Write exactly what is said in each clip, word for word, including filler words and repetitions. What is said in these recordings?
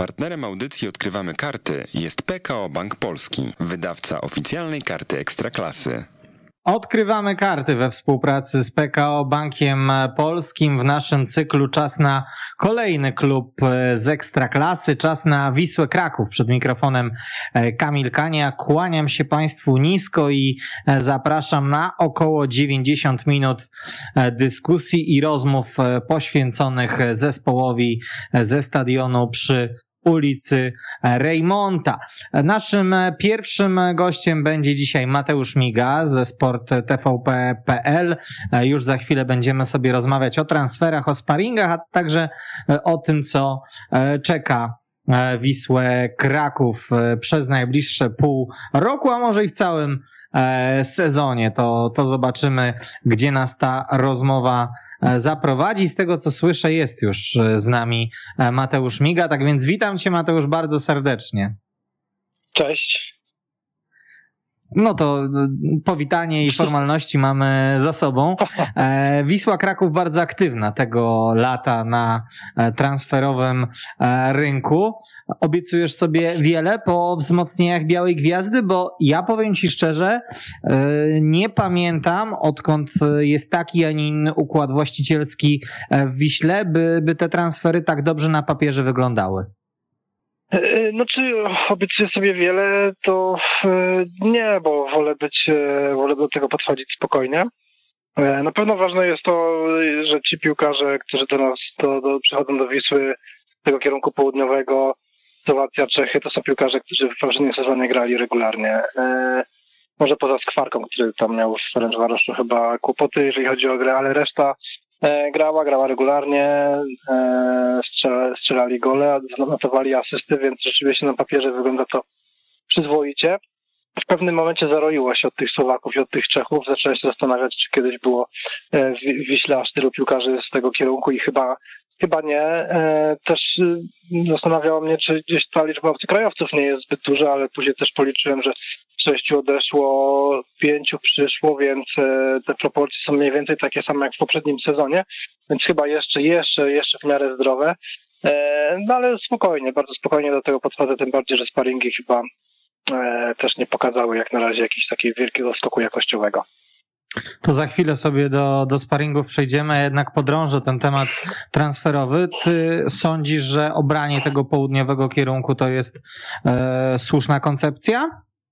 Partnerem audycji Odkrywamy Karty jest P K O Bank Polski, wydawca oficjalnej karty Ekstraklasy. Odkrywamy karty we współpracy z P K O Bankiem Polskim w naszym cyklu Czas na kolejny klub z Ekstraklasy, czas na Wisłę Kraków. Przed mikrofonem Kamil Kania. Kłaniam się Państwu nisko i zapraszam na około dziewięćdziesiąt minut dyskusji i rozmów poświęconych zespołowi ze stadionu przy ulicy Rejmonta. Naszym pierwszym gościem będzie dzisiaj Mateusz Miga ze sport t v p kropka p l. Już za chwilę będziemy sobie rozmawiać o transferach, o sparingach, a także o tym, co czeka Wisłę Kraków przez najbliższe pół roku, a może i w całym sezonie. To, to zobaczymy, gdzie nas ta rozmowa zaprowadzi. Z tego, co słyszę, jest już z nami Mateusz Miga, tak więc witam Cię, Mateusz, bardzo serdecznie. Cześć. No to powitanie i formalności mamy za sobą. Wisła Kraków bardzo aktywna tego lata na transferowym rynku. Obiecujesz sobie wiele po wzmocnieniach Białej Gwiazdy, bo ja powiem Ci szczerze, nie pamiętam, odkąd jest taki, a nie inny układ właścicielski w Wiśle, by, by te transfery tak dobrze na papierze wyglądały. No czy obiecuję sobie wiele, to nie, bo wolę być, wolę do tego podchodzić spokojnie. Na pewno ważne jest to, że ci piłkarze, którzy do nas do, do, przychodzą do Wisły z tego kierunku południowego, Słowacja, Czechy, to są piłkarze, którzy w poprzednim sezonie grali regularnie. Może poza Skwarką, który tam miał w Ferencvaroszu chyba kłopoty, jeżeli chodzi o grę, ale reszta grała, grała regularnie, strzelali gole, notowali asysty, więc rzeczywiście na papierze wygląda to przyzwoicie. W pewnym momencie zaroiło się od tych Słowaków i od tych Czechów. Zacząłem się zastanawiać, czy kiedyś było w Wiśle aż tylu piłkarzy z tego kierunku i chyba chyba nie. Też zastanawiało mnie, czy gdzieś ta liczba obcokrajowców nie jest zbyt duża, ale później też policzyłem, że sześciu odeszło, pięciu przyszło, więc te proporcje są mniej więcej takie same jak w poprzednim sezonie, więc chyba jeszcze, jeszcze, jeszcze w miarę zdrowe. No ale spokojnie, bardzo spokojnie do tego podchodzę, tym bardziej, że sparingi chyba też nie pokazały jak na razie jakiegoś takiego wielkiego skoku jakościowego. To za chwilę sobie do, do sparingów przejdziemy, a jednak podrążę ten temat transferowy. Ty sądzisz, że obranie tego południowego kierunku to jest e, słuszna koncepcja?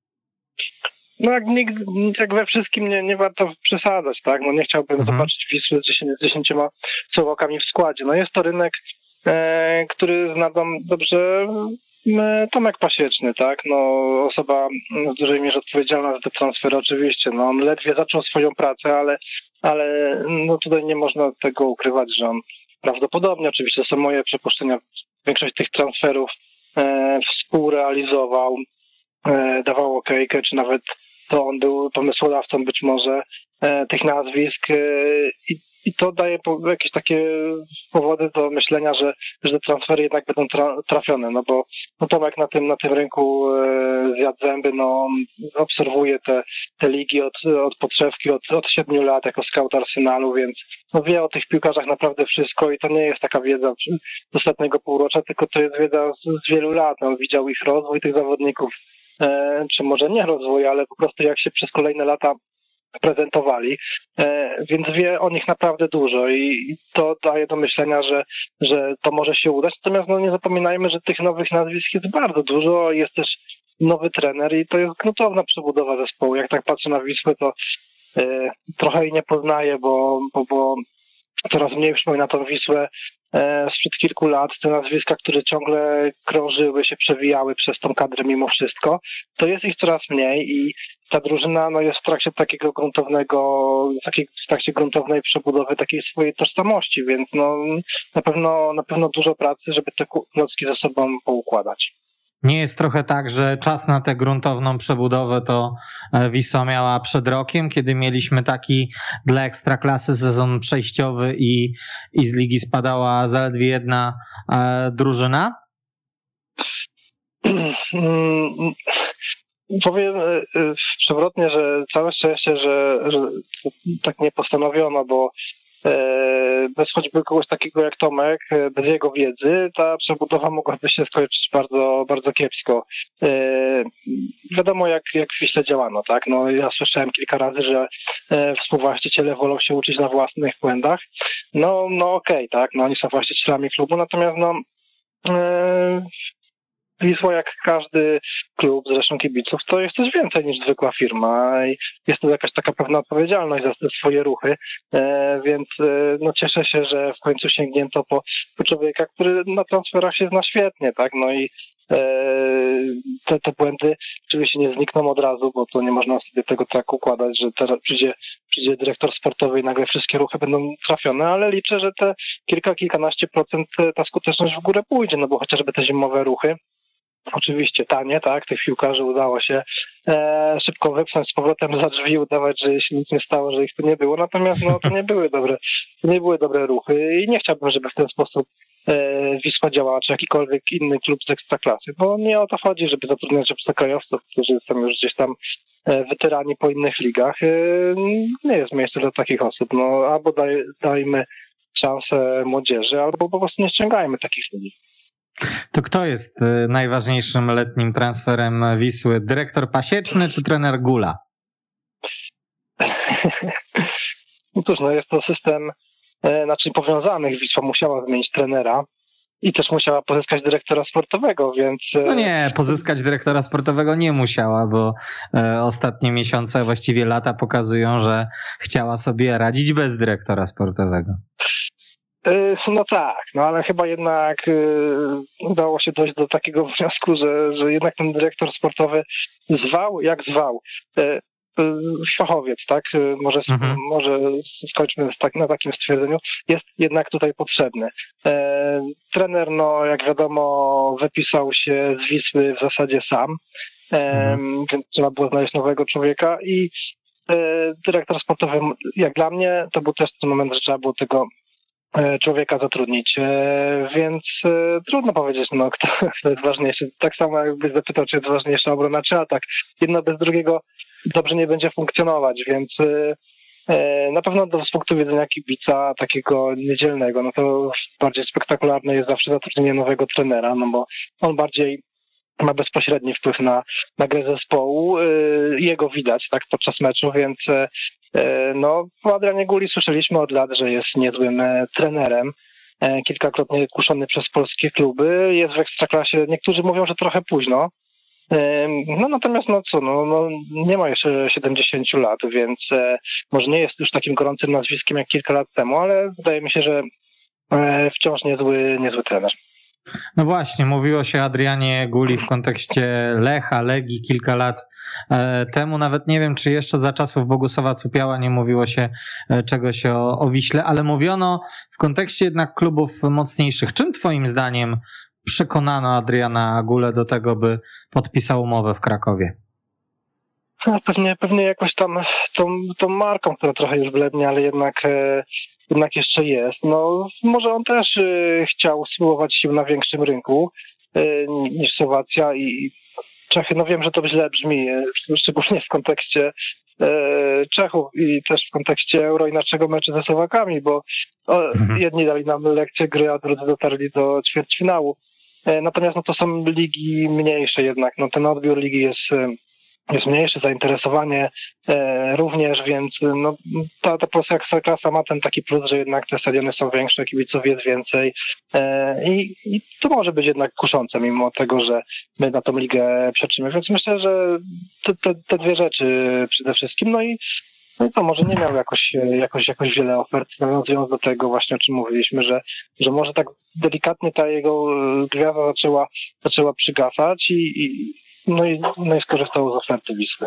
No jak, nigdy, jak we wszystkim nie, nie warto przesadzać, tak? No nie chciałbym mhm. zobaczyć Wisły z dziesięcioma Słowakami w składzie. No jest to rynek, e, który zna dobrze Tomek Pasieczny, tak? No osoba w dużej mierze odpowiedzialna za te transfery oczywiście. No on ledwie zaczął swoją pracę, ale, ale no tutaj nie można tego ukrywać, że on prawdopodobnie, oczywiście to są moje przypuszczenia, większość tych transferów e, współrealizował, e, dawał okejkę, czy nawet to on był pomysłodawcą być może e, tych nazwisk e, i, i to daje po, jakieś takie powody do myślenia, że, że te transfery jednak będą tra, trafione, no bo no Tomek na tym, na tym rynku e, zjadł zęby, no obserwuje te, te ligi od, od podszewki, od, od siedmiu lat jako scout Arsenalu, więc no wie o tych piłkarzach naprawdę wszystko i to nie jest taka wiedza z ostatniego półrocza, tylko to jest wiedza z, z wielu lat. No, widział ich rozwój, tych zawodników, e, czy może nie rozwój, ale po prostu jak się przez kolejne lata prezentowali, e, więc wie o nich naprawdę dużo i to daje do myślenia, że, że to może się udać. Natomiast no, nie zapominajmy, że tych nowych nazwisk jest bardzo dużo, jest też nowy trener i to jest gruntowna przebudowa zespołu. Jak tak patrzę na Wisłę, to e, trochę jej nie poznaję, bo, bo, bo coraz mniej przypomina tą Wisłę e, sprzed kilku lat. Te nazwiska, które ciągle krążyły, się przewijały przez tą kadrę mimo wszystko, to jest ich coraz mniej i ta drużyna no, jest w trakcie takiego gruntownego, takiej, w trakcie gruntownej przebudowy takiej swojej tożsamości, więc no, na pewno, na pewno dużo pracy, żeby te klocki ze sobą poukładać. Nie jest trochę tak, że czas na tę gruntowną przebudowę to Wisła miała przed rokiem, kiedy mieliśmy taki dla Ekstraklasy sezon przejściowy i, i z ligi spadała zaledwie jedna e, drużyna? Powiem przewrotnie, że całe szczęście, że, że tak nie postanowiono, bo bez choćby kogoś takiego jak Tomek, bez jego wiedzy, ta przebudowa mogłaby się skończyć bardzo, bardzo kiepsko. Wiadomo, jak, jak w Wiśle działano, tak? No, ja słyszałem kilka razy, że współwłaściciele wolą się uczyć na własnych błędach. No, no okej, okay, tak? No, oni są właścicielami klubu, natomiast no Wisła, jak każdy klub, zresztą kibiców, to jest coś więcej niż zwykła firma i jest to jakaś taka pewna odpowiedzialność za te swoje ruchy, e, więc e, no cieszę się, że w końcu sięgnięto po, po człowieka, który na transferach się zna świetnie, tak, no i e, te, te błędy oczywiście nie znikną od razu, bo to nie można sobie tego tak układać, że teraz przyjdzie, przyjdzie dyrektor sportowy i nagle wszystkie ruchy będą trafione, ale liczę, że te kilka, kilkanaście procent ta skuteczność w górę pójdzie, no bo chociażby te zimowe ruchy, oczywiście tanie, tak, tych piłkarzy udało się e, szybko wypchnąć z powrotem za drzwi, udawać, że się nic nie stało, że ich tu nie było, natomiast no to nie były dobre, to nie były dobre ruchy i nie chciałbym, żeby w ten sposób e, Wisła działała, czy jakikolwiek inny klub z Ekstraklasy, bo nie o to chodzi, żeby zatrudniać obcokrajowców, którzy są już gdzieś tam e, weterani po innych ligach. E, nie jest miejsce dla takich osób, no albo daj, dajmy szansę młodzieży, albo po prostu nie ściągajmy takich ludzi. To kto jest najważniejszym letnim transferem Wisły? Dyrektor Pasieczny czy trener Gula? No cóż, no jest to system e, naczyń powiązanych. Wisła musiała zmienić trenera i też musiała pozyskać dyrektora sportowego, więc... E... No nie, pozyskać dyrektora sportowego nie musiała, bo e, ostatnie miesiące, właściwie lata pokazują, że chciała sobie radzić bez dyrektora sportowego. No tak, no ale chyba jednak y, udało się dojść do takiego wniosku, że, że jednak ten dyrektor sportowy zwał jak zwał. Y, y, fachowiec, tak? Y, może, mhm. może skończmy tak, na takim stwierdzeniu. Jest jednak tutaj potrzebny. Y, trener, no jak wiadomo, wypisał się z Wisły w zasadzie sam, y, mhm. więc trzeba było znaleźć nowego człowieka i y, dyrektor sportowy, jak dla mnie, to był też ten moment, że trzeba było tego człowieka zatrudnić, więc trudno powiedzieć, no kto, kto jest ważniejszy. Tak samo jakbyś zapytał, czy jest ważniejsza obrona, czy atak. Jedno bez drugiego dobrze nie będzie funkcjonować, więc na pewno z punktu widzenia kibica takiego niedzielnego, no to bardziej spektakularne jest zawsze zatrudnienie nowego trenera, no bo on bardziej ma bezpośredni wpływ na, na grę zespołu. Jego widać tak podczas meczu, więc no po Adrianie Guli słyszeliśmy od lat, że jest niezłym trenerem. Kilkakrotnie kuszony przez polskie kluby. Jest w Ekstraklasie, niektórzy mówią, że trochę późno. No natomiast no co, no, no nie ma jeszcze siedemdziesięciu lat, więc może nie jest już takim gorącym nazwiskiem jak kilka lat temu, ale wydaje mi się, że wciąż niezły, niezły trener. No właśnie, mówiło się o Adrianie Guli w kontekście Lecha, Legii kilka lat temu. Nawet nie wiem, czy jeszcze za czasów Bogusława Cupiała nie mówiło się czegoś o, o Wiśle, ale mówiono w kontekście jednak klubów mocniejszych. Czym twoim zdaniem przekonano Adriana Gulę do tego, by podpisał umowę w Krakowie? No, pewnie, pewnie jakoś tam tą, tą marką, która trochę już blednie, ale jednak... E... jednak jeszcze jest. No może on też y, chciał spróbować sił na większym rynku y, niż Słowacja i Czechy. No wiem, że to źle brzmi, y, szczególnie w kontekście y, Czechów i też w kontekście Euro i naszego meczu ze Słowakami, bo o, mhm. jedni dali nam lekcję gry, a drudzy dotarli do ćwierćfinału. Y, natomiast no to są ligi mniejsze jednak. No ten odbiór ligi jest... Y, jest mniejsze, zainteresowanie e, również, więc no, ta, ta polska Ekstraklasa ma ten taki plus, że jednak te stadiony są większe, kibiców jest więcej e, i, i to może być jednak kuszące, mimo tego, że my na tą ligę przeczymy, więc myślę, że te, te, te dwie rzeczy przede wszystkim, no i, no i to może nie miał jakoś, jakoś, jakoś wiele ofert, nawiązując do tego właśnie, o czym mówiliśmy, że, że może tak delikatnie ta jego gwiazda zaczęła, zaczęła przygasać i, i No i, no i skorzystał z oferty Wisły.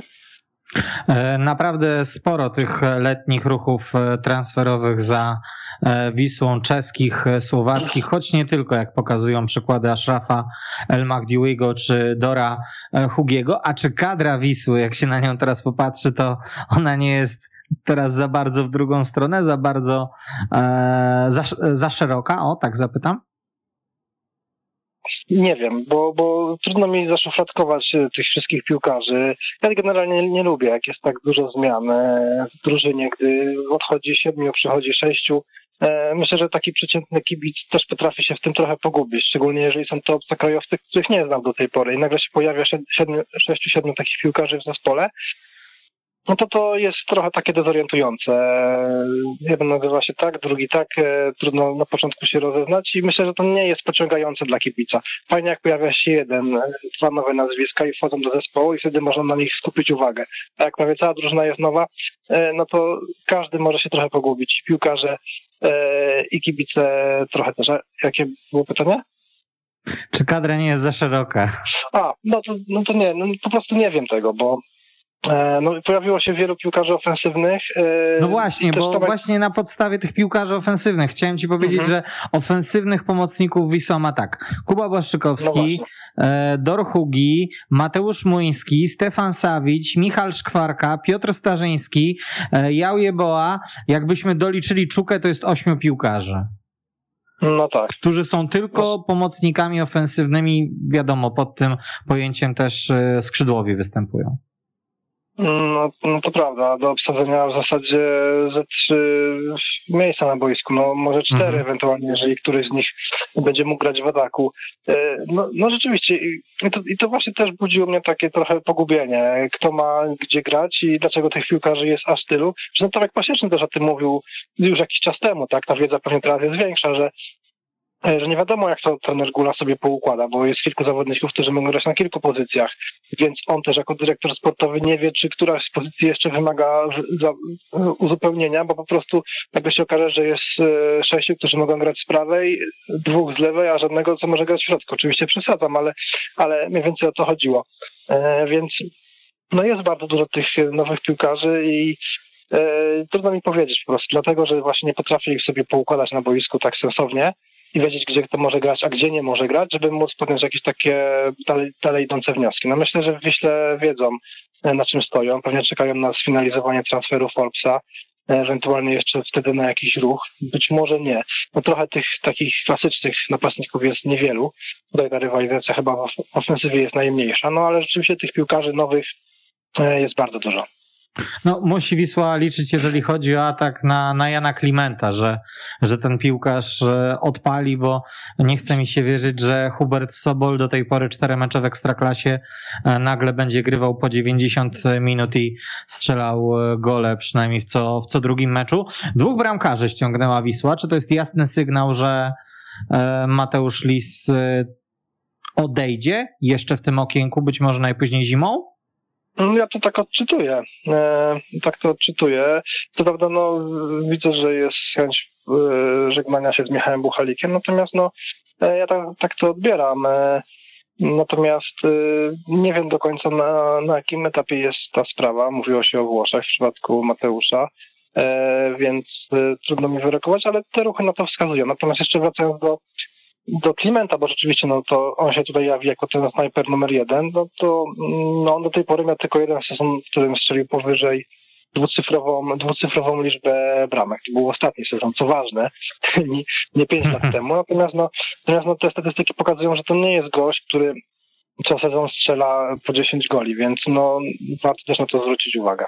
Naprawdę sporo tych letnich ruchów transferowych za Wisłą, czeskich, słowackich, choć nie tylko, jak pokazują przykłady Ashrafa El Mahdiwiego czy Dora Hugiego. A czy kadra Wisły, jak się na nią teraz popatrzy, to ona nie jest teraz za bardzo w drugą stronę, za bardzo za, za szeroka? O, tak zapytam. nie wiem, bo, bo trudno mi zaszufladkować tych wszystkich piłkarzy. Ja generalnie nie lubię, jak jest tak dużo zmian w drużynie, gdy odchodzi siedmiu, przychodzi sześciu. Myślę, że taki przeciętny kibic też potrafi się w tym trochę pogubić, szczególnie jeżeli są to obcokrajowcy, których nie znam do tej pory i nagle się pojawia sześciu, siedmiu takich piłkarzy w zespole. No to to jest trochę takie dezorientujące. Jeden nazywa się tak, drugi tak, trudno na początku się rozeznać i myślę, że to nie jest pociągające dla kibica. Fajnie jak pojawia się jeden, dwa nowe nazwiska i wchodzą do zespołu i wtedy można na nich skupić uwagę. A jak prawie cała drużyna jest nowa, no to każdy może się trochę pogubić. Piłkarze i kibice trochę też. A jakie było pytanie? Czy kadra nie jest za szeroka? A, no to, no to nie, no po prostu nie wiem tego, bo no, pojawiło się wielu piłkarzy ofensywnych. No właśnie, bo Tomek... właśnie na podstawie tych piłkarzy ofensywnych chciałem ci powiedzieć, mhm. że ofensywnych pomocników Wisła ma tak. Kuba Błaszczykowski, no Dorhugi, Mateusz Młyński, Stefan Sawić, Michał Szkwarka, Piotr Starzyński, Jał Jeboa. Jakbyśmy doliczyli Czukę, to jest ośmiu piłkarzy. No tak. Którzy są tylko no. pomocnikami ofensywnymi, wiadomo, pod tym pojęciem też skrzydłowi występują. No, no to prawda, do obsadzenia w zasadzie ze trzy miejsca na boisku, no może cztery mhm. ewentualnie, jeżeli któryś z nich będzie mógł grać w ataku. No, no rzeczywiście i to, i to właśnie też budziło mnie takie trochę pogubienie, kto ma gdzie grać i dlaczego tych piłkarzy jest aż tylu. Zresztą Tomek Pasieczny też o tym mówił już jakiś czas temu, tak, ta wiedza pewnie teraz jest większa, że że nie wiadomo, jak to trener Gula sobie poukłada, bo jest kilku zawodników, którzy mogą grać na kilku pozycjach, więc on też jako dyrektor sportowy nie wie, czy któraś z pozycji jeszcze wymaga uzupełnienia, bo po prostu nagle się okaże, że jest sześciu, którzy mogą grać z prawej, dwóch z lewej, a żadnego, co może grać w środku. Oczywiście przesadzam, ale, ale mniej więcej o to chodziło. Więc no jest bardzo dużo tych nowych piłkarzy i trudno mi powiedzieć po prostu, dlatego, że właśnie nie potrafię ich sobie poukładać na boisku tak sensownie i wiedzieć, gdzie kto może grać, a gdzie nie może grać, żeby móc podjąć jakieś takie dalej, dalej idące wnioski. No myślę, że w Wiśle wiedzą, na czym stoją. Pewnie czekają na sfinalizowanie transferu Forbesa, ewentualnie jeszcze wtedy na jakiś ruch. Być może nie. No trochę tych takich klasycznych napastników jest niewielu. Tutaj ta rywalizacja chyba w ofensywie jest najmniejsza, no ale rzeczywiście tych piłkarzy nowych jest bardzo dużo. No, musi Wisła liczyć, jeżeli chodzi o atak na, na Jana Klimenta, że, że ten piłkarz odpali, bo nie chce mi się wierzyć, że Hubert Sobol do tej pory cztery mecze w Ekstraklasie nagle będzie grywał po dziewięćdziesiąt minut i strzelał gole przynajmniej w co, w co drugim meczu. Dwóch bramkarzy ściągnęła Wisła. Czy to jest jasny sygnał, że Mateusz Lis odejdzie jeszcze w tym okienku, być może najpóźniej zimą? Ja to tak odczytuję. E, tak to odczytuję. Co prawda, no, widzę, że jest chęć e, żegnania się z Michałem Buchalikiem, natomiast no, e, ja tak, tak to odbieram. E, natomiast e, nie wiem do końca na, na jakim etapie jest ta sprawa. Mówiło się o Włoszech w przypadku Mateusza, e, więc e, trudno mi wyrokować, ale te ruchy na to wskazują. Natomiast jeszcze wracając do do Klimenta, bo rzeczywiście no to on się tutaj jawi jako ten snajper numer jeden, no to no, on do tej pory miał tylko jeden sezon, w którym strzelił powyżej dwucyfrową, dwucyfrową liczbę bramek. To był ostatni sezon, co ważne, nie, nie pięć lat temu. Natomiast, no, natomiast no, te statystyki pokazują, że to nie jest gość, który co sezon strzela po dziesięć goli, więc no warto też na to zwrócić uwagę.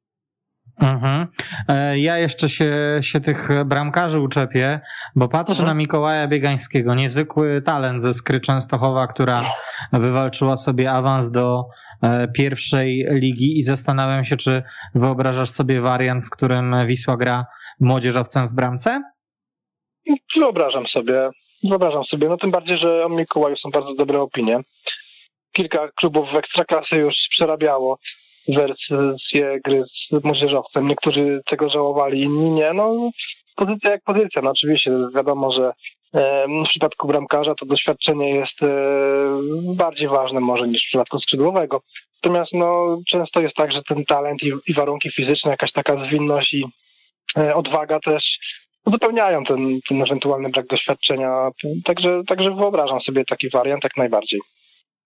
Mhm. Ja jeszcze się, się tych bramkarzy uczepię, bo patrzę mhm. na Mikołaja Biegańskiego, niezwykły talent ze Skry Częstochowa, która wywalczyła sobie awans do pierwszej ligi i zastanawiam się, czy wyobrażasz sobie wariant, w którym Wisła gra młodzieżowcem w bramce? Wyobrażam sobie, wyobrażam sobie, no tym bardziej, że o Mikołaju są bardzo dobre opinie. Kilka klubów w Ekstraklasy już przerabiało wersję gry z młodzieżowcem. Niektórzy tego żałowali, inni nie. No, pozycja jak pozycja. No, oczywiście wiadomo, że e, w przypadku bramkarza to doświadczenie jest e, bardziej ważne może niż w przypadku skrzydłowego. Natomiast no, często jest tak, że ten talent i, i warunki fizyczne, jakaś taka zwinność i e, odwaga też uzupełniają ten, ten ewentualny brak doświadczenia. Także, także wyobrażam sobie taki wariant jak najbardziej.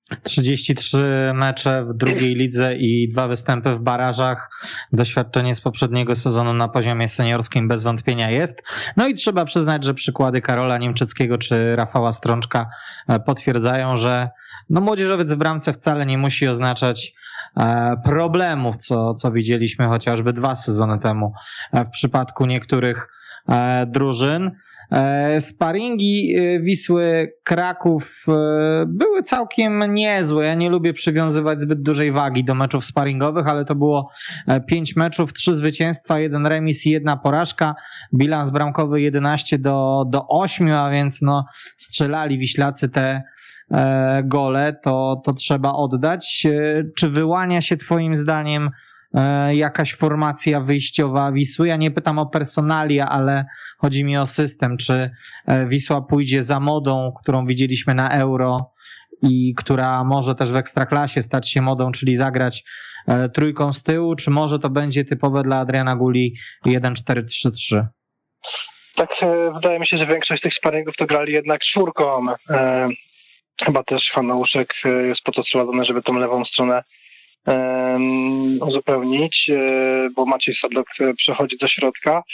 trzydzieści trzy mecze w drugiej lidze i dwa występy w barażach. Doświadczenie z poprzedniego sezonu na poziomie seniorskim bez wątpienia jest. No i trzeba przyznać, że przykłady Karola Niemczyckiego czy Rafała Strączka potwierdzają, że no młodzieżowiec w bramce wcale nie musi oznaczać problemów, co, co widzieliśmy chociażby dwa sezony temu w przypadku niektórych drużyn. Sparingi Wisły Kraków były całkiem niezłe. Ja nie lubię przywiązywać zbyt dużej wagi do meczów sparingowych, ale to było pięć meczów, trzy zwycięstwa, jeden remis i jedna porażka. Bilans bramkowy jedenaście do, do ośmiu, a więc no strzelali Wiślacy te gole, to, to trzeba oddać. Czy wyłania się twoim zdaniem jakaś formacja wyjściowa Wisły? Ja nie pytam o personalia, ale chodzi mi o system. Czy Wisła pójdzie za modą, którą widzieliśmy na Euro i która może też w Ekstraklasie stać się modą, czyli zagrać trójką z tyłu, czy może to będzie typowe dla Adriana Guli jeden cztery trzy trzy? Tak, wydaje mi się, że większość tych sparingów to grali jednak czwórką. Chyba też Fanouszek jest po to sprowadzony, żeby tą lewą stronę um, uzupełnić, bo Maciej Sadlok przechodzi do środka.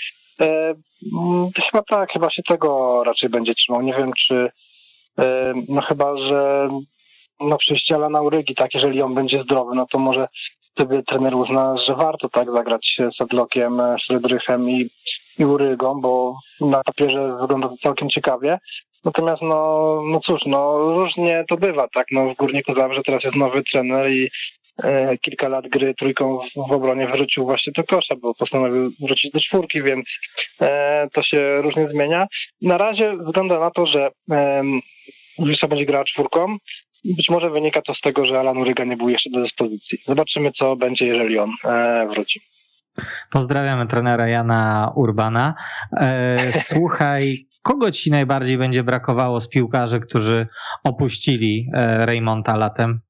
Um, chyba tak, chyba się tego raczej będzie trzymał. Nie wiem, czy um, no chyba, że no przyjście Alana Urygi, tak, jeżeli on będzie zdrowy, no to może wtedy trener uzna, że warto tak zagrać Sadlokiem, Frydrychem i, i Urygą, bo na papierze wygląda to całkiem ciekawie. Natomiast no, no cóż, no różnie to bywa, tak, no w Górniku Zabrze teraz jest nowy trener i e, kilka lat gry trójką w, w obronie wrócił właśnie do kosza, bo postanowił wrócić do czwórki, więc e, to się różnie zmienia. Na razie wygląda na to, że e, Wisła będzie grała czwórką. Być może wynika to z tego, że Alan Uryga nie był jeszcze do dyspozycji. Zobaczymy, co będzie, jeżeli on e, wróci. Pozdrawiamy trenera Jana Urbana. E, słuchaj, kogo ci najbardziej będzie brakowało z piłkarzy, którzy opuścili Reymonta latem?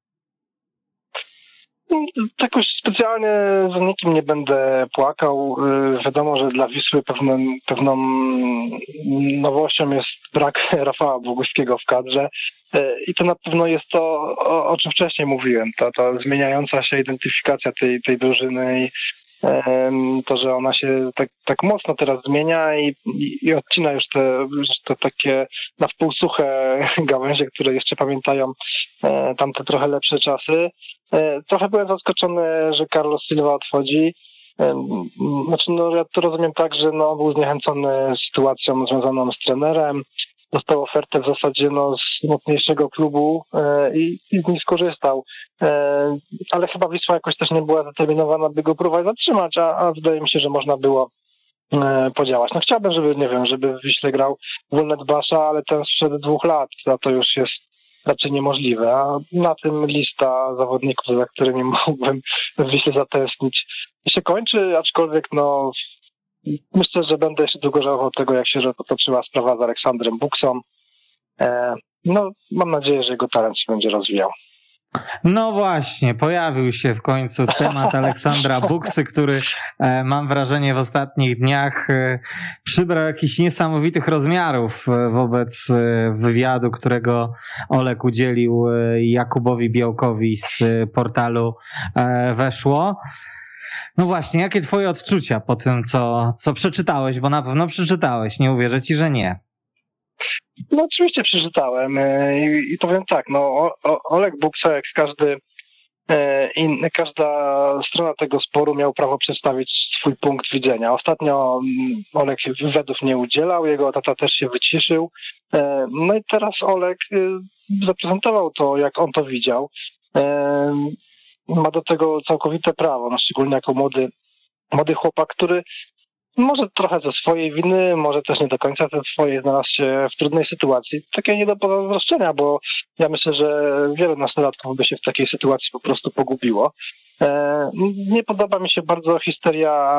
Jakoś specjalnie z nikim nie będę płakał. Wiadomo, że dla Wisły pewnym, pewną nowością jest brak Rafała Boguskiego w kadrze. I to na pewno jest to, o, o czym wcześniej mówiłem, ta, ta zmieniająca się identyfikacja tej, tej drużyny i to, że ona się tak, tak mocno teraz zmienia i, i, i odcina już te, te takie na wpół suche gałęzie, które jeszcze pamiętają e, tamte trochę lepsze czasy. E, trochę byłem zaskoczony, że Carlos Silva odchodzi. E, znaczy, no, ja to rozumiem tak, że no, był zniechęcony sytuacją związaną z trenerem. Dostał ofertę w zasadzie no, z mocniejszego klubu e, i, i z niej skorzystał. E, ale chyba Wisła jakoś też nie była zdeterminowana, by go próbować zatrzymać, a, a wydaje mi się, że można było e, podziałać. No chciałbym, żeby, nie wiem, żeby w Wiśle grał Wolnet Basza, ale ten sprzed dwóch lat, a to już jest raczej niemożliwe. A na tym lista zawodników, za którymi mógłbym w Wiśle zatęsknić, się kończy, aczkolwiek no myślę, że będę jeszcze długo żałował tego, jak się potoczyła sprawa z Aleksandrem Buksą. E, no, mam nadzieję, że jego talent się będzie rozwijał. No właśnie, pojawił się w końcu temat Aleksandra Buksy, który e, mam wrażenie w ostatnich dniach e, przybrał jakichś niesamowitych rozmiarów e, wobec e, wywiadu, którego Olek udzielił e, Jakubowi Białkowi z e, portalu e, Weszło. No właśnie, jakie twoje odczucia po tym, co, co przeczytałeś, bo na pewno przeczytałeś, nie uwierzę ci, że nie. No oczywiście przeczytałem i, i powiem tak, no o, o, Olek Buksa, jak każdy inny, każda strona tego sporu miał prawo przedstawić swój punkt widzenia. Ostatnio Olek wywiadów nie udzielał, jego tata też się wyciszył. No i teraz Olek zaprezentował to, jak on to widział. Ma do tego całkowite prawo, no szczególnie jako młody, młody chłopak, który może trochę ze swojej winy, może też nie do końca ze swojej znalazł się w trudnej sytuacji. Takie nie do pozazdroszczenia, bo ja myślę, że wielu nastolatków by się w takiej sytuacji po prostu pogubiło. Nie podoba mi się bardzo histeria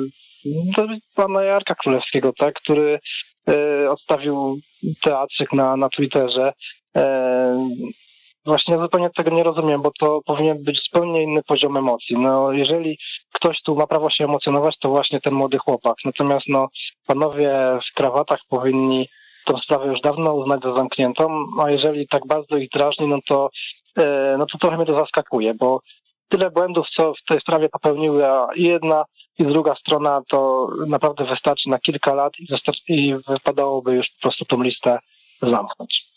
pana Jarka Królewskiego, tak, który odstawił teatrzyk na, na Twitterze. Właśnie zupełnie tego nie rozumiem, bo to powinien być zupełnie inny poziom emocji. No, jeżeli ktoś tu ma prawo się emocjonować, to właśnie ten młody chłopak. Natomiast no, panowie w krawatach powinni tą sprawę już dawno uznać za zamkniętą, a jeżeli tak bardzo ich drażni, no to no to trochę mnie to zaskakuje, bo tyle błędów, co w tej sprawie popełniła i jedna i druga strona, to naprawdę wystarczy na kilka lat i, wystarczy, i wypadałoby już po prostu tą listę zamknąć.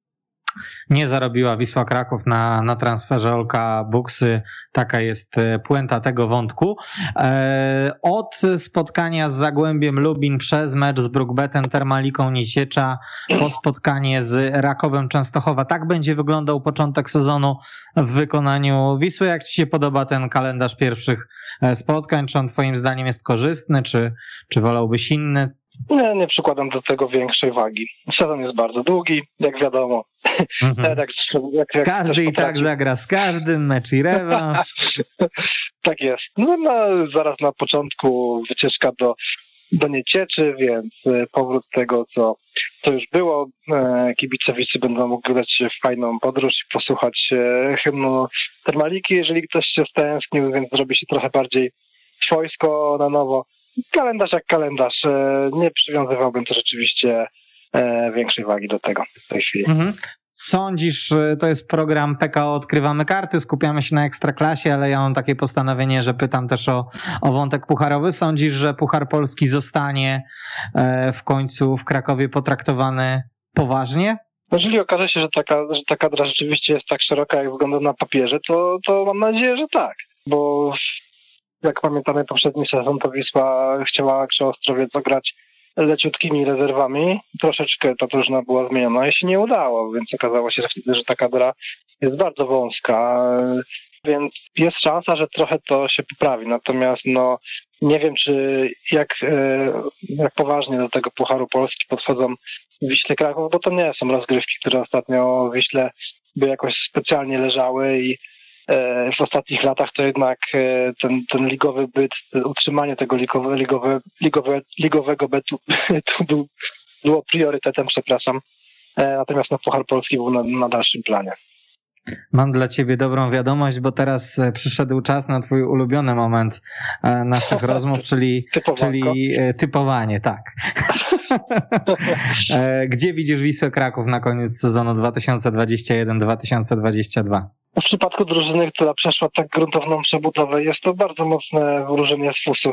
Nie zarobiła Wisła Kraków na, na transferze Olka Buksy. Taka jest puenta tego wątku. E, od spotkania z Zagłębiem Lubin przez mecz z Brukbetem, Termaliką Nieciecza, po spotkanie z Rakowem Częstochowa. Tak będzie wyglądał początek sezonu w wykonaniu Wisły. Jak ci się podoba ten kalendarz pierwszych spotkań? Czy on twoim zdaniem jest korzystny, czy, czy wolałbyś inny? Nie, nie przykładam do tego większej wagi. Sezon jest bardzo długi, jak wiadomo. Mhm. jak, jak, jak Każdy i tak zagra z każdym, mecz i rewanż. Tak jest. No, no zaraz na początku wycieczka do, do Niecieczy, więc powrót tego, co, co już było. Kibice Wisły będą mogli dać fajną podróż i posłuchać hymnu Termaliki, jeżeli ktoś się stęsknił, więc zrobi się trochę bardziej swojsko na nowo. Kalendarz jak kalendarz. Nie przywiązywałbym to rzeczywiście większej wagi do tego w tej chwili. Mhm. Sądzisz, to jest program P K O Odkrywamy Karty, skupiamy się na Ekstraklasie, ale ja mam takie postanowienie, że pytam też o, o wątek pucharowy. Sądzisz, że Puchar Polski zostanie w końcu w Krakowie potraktowany poważnie? Jeżeli okaże się, że taka, że ta kadra rzeczywiście jest tak szeroka, jak wygląda na papierze, to, to mam nadzieję, że tak, bo jak pamiętamy poprzedni sezon, to Wisła chciała Krze Ostrowiec zagrać leciutkimi rezerwami. Troszeczkę ta drużyna była zmieniona i się nie udało, więc okazało się że wtedy, że ta kadra jest bardzo wąska, więc jest szansa, że trochę to się poprawi. Natomiast no nie wiem, czy jak, jak poważnie do tego Pucharu Polski podchodzą Wiśle Kraków, bo to nie są rozgrywki, które ostatnio w Wiśle by jakoś specjalnie leżały i w ostatnich latach to jednak ten, ten ligowy byt, utrzymanie tego ligowe, ligowe, ligowe, ligowego bytu, bytu było priorytetem, przepraszam. Natomiast no, Puchar Polski był na, na dalszym planie. Mam dla ciebie dobrą wiadomość, bo teraz przyszedł czas na twój ulubiony moment naszych rozmów, czyli, czyli typowanie, tak. Gdzie widzisz Wisłę Kraków na koniec sezonu dwa tysiące dwudziesty pierwszy dwa tysiące dwudziesty drugi? W przypadku drużyny, która przeszła tak gruntowną przebudowę, jest to bardzo mocne wróżenie z fusów.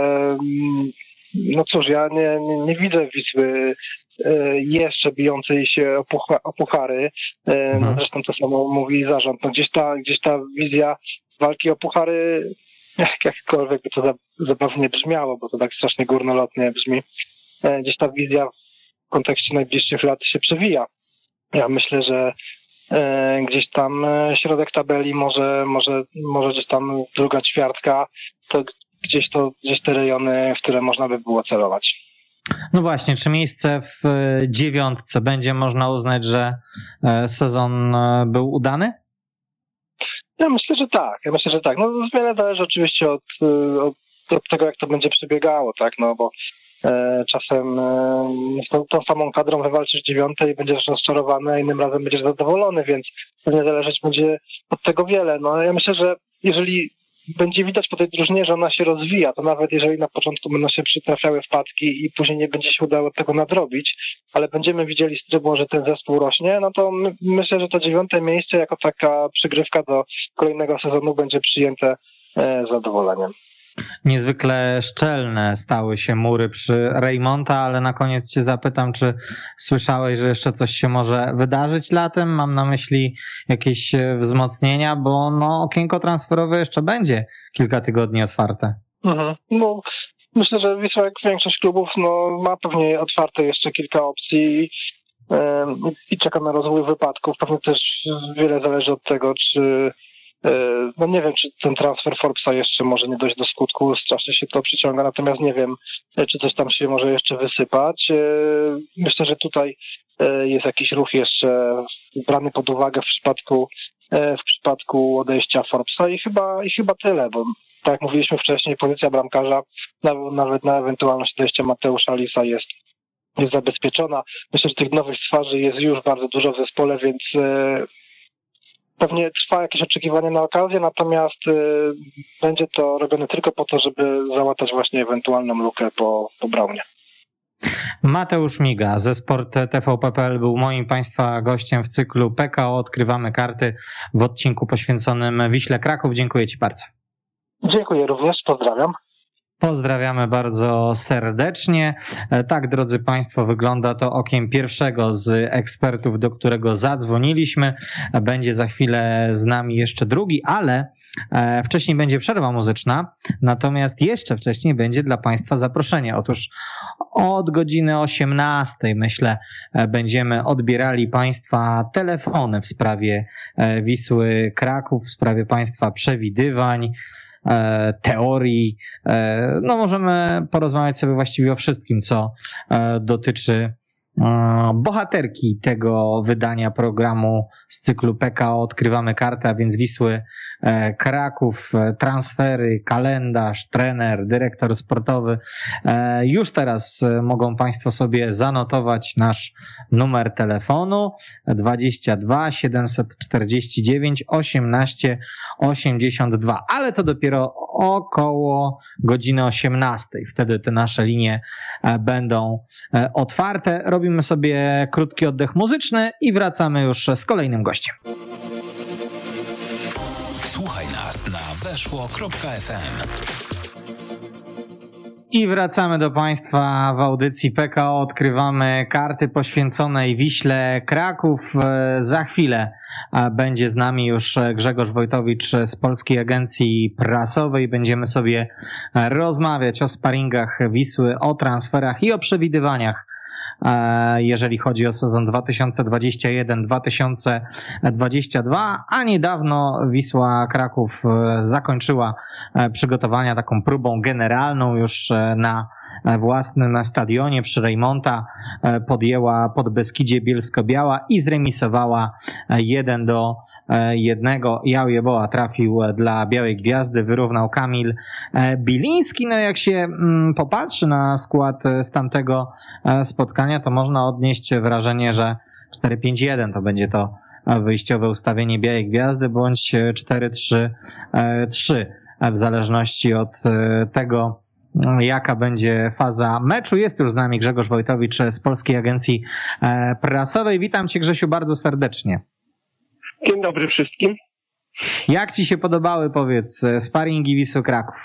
No cóż, ja nie, nie, nie widzę Wisły jeszcze bijącej się o, pucha, o puchary. No zresztą to samo mówi zarząd. No gdzieś ta, gdzieś ta wizja walki o puchary, jakkolwiek by to zabawnie brzmiało, bo to tak strasznie górnolotnie brzmi, gdzieś ta wizja w kontekście najbliższych lat się przewija. Ja myślę, że gdzieś tam środek tabeli, może, może, może gdzieś tam druga ćwiartka, to gdzieś to, gdzieś te rejony, w które można by było celować. No właśnie, czy miejsce w dziewiątce będzie można uznać, że sezon był udany? Ja myślę, że tak. Ja myślę, że tak. No wiele zależy oczywiście od, od, od tego, jak to będzie przebiegało, tak, no bo e, czasem e, z tą, tą samą kadrą wywalczysz dziewiąte i będziesz rozczarowany, a innym razem będziesz zadowolony, więc pewnie zależeć będzie od tego wiele. No ja myślę, że jeżeli będzie widać po tej drużynie, że ona się rozwija, to nawet jeżeli na początku będą się przytrafiały wpadki i później nie będzie się udało tego nadrobić, ale będziemy widzieli z trybu, że ten zespół rośnie, no to my, myślę, że to dziewiąte miejsce jako taka przygrywka do kolejnego sezonu będzie przyjęte e, z zadowoleniem. Niezwykle szczelne stały się mury przy Rejmonta, ale na koniec cię zapytam, czy słyszałeś, że jeszcze coś się może wydarzyć latem? Mam na myśli jakieś wzmocnienia, bo no, okienko transferowe jeszcze będzie kilka tygodni otwarte. Mhm. No, myślę, że Wisła, jak większość klubów, no, ma pewnie otwarte jeszcze kilka opcji i, yy, i czeka na rozwój wypadków. Pewnie też wiele zależy od tego, czy no nie wiem, czy ten transfer Forbesa jeszcze może nie dojść do skutku, strasznie się to przyciąga, natomiast nie wiem, czy coś tam się może jeszcze wysypać. Myślę, że tutaj jest jakiś ruch jeszcze brany pod uwagę w przypadku w przypadku odejścia Forbesa i chyba, i chyba tyle, bo tak jak mówiliśmy wcześniej, pozycja bramkarza nawet na ewentualność odejścia Mateusza Lisa jest, jest zabezpieczona. Myślę, że tych nowych twarzy jest już bardzo dużo w zespole, więc pewnie trwa jakieś oczekiwanie na okazję, natomiast y, będzie to robione tylko po to, żeby załatać właśnie ewentualną lukę po, po Braunie. Mateusz Miga ze Sport T V P kropka P L był moim Państwa gościem w cyklu P K O Odkrywamy karty w odcinku poświęconym Wiśle Kraków. Dziękuję Ci bardzo. Dziękuję również, pozdrawiam. Pozdrawiamy bardzo serdecznie. Tak, drodzy Państwo, wygląda to okiem pierwszego z ekspertów, do którego zadzwoniliśmy. Będzie za chwilę z nami jeszcze drugi, ale wcześniej będzie przerwa muzyczna, natomiast jeszcze wcześniej będzie dla Państwa zaproszenie. Otóż od godziny osiemnastej, myślę, będziemy odbierali Państwa telefony w sprawie Wisły Kraków, w sprawie Państwa przewidywań, teorii. No możemy porozmawiać sobie właściwie o wszystkim, co dotyczy bohaterki tego wydania programu z cyklu P K O Odkrywamy kartę, a więc Wisły Kraków, transfery, kalendarz, trener, dyrektor sportowy. Już teraz mogą Państwo sobie zanotować nasz numer telefonu dwadzieścia dwa siedemset czterdzieści dziewięć osiemnaście osiemdziesiąt dwa, ale to dopiero około godziny osiemnastej. Wtedy te nasze linie będą otwarte. Robimy sobie krótki oddech muzyczny i wracamy już z kolejnym gościem. Słuchaj nas na weszło kropka f m. I wracamy do Państwa w audycji P K O. Odkrywamy karty poświęconej Wiśle Kraków. Za chwilę będzie z nami już Grzegorz Wojtowicz z Polskiej Agencji Prasowej. Będziemy sobie rozmawiać o sparingach Wisły, o transferach i o przewidywaniach, jeżeli chodzi o sezon dwa tysiące dwudziesty pierwszy dwa tysiące dwudziesty drugi, a niedawno Wisła Kraków zakończyła przygotowania taką próbą generalną już na własnym stadionie przy Rejmonta. Podjęła Podbeskidzie Bielsko-Biała i zremisowała jeden do jednego. Jał Jeboa trafił dla Białej Gwiazdy, wyrównał Kamil Biliński. No jak się popatrzy na skład z tamtego spotkania, to można odnieść wrażenie, że cztery pięć jeden to będzie to wyjściowe ustawienie Białej Gwiazdy, bądź cztery trzy trzy, w zależności od tego, jaka będzie faza meczu. Jest już z nami Grzegorz Wojtowicz z Polskiej Agencji Prasowej. Witam Cię, Grzesiu, bardzo serdecznie. Dzień dobry wszystkim. Jak Ci się podobały, powiedz, sparingi Wisły Kraków?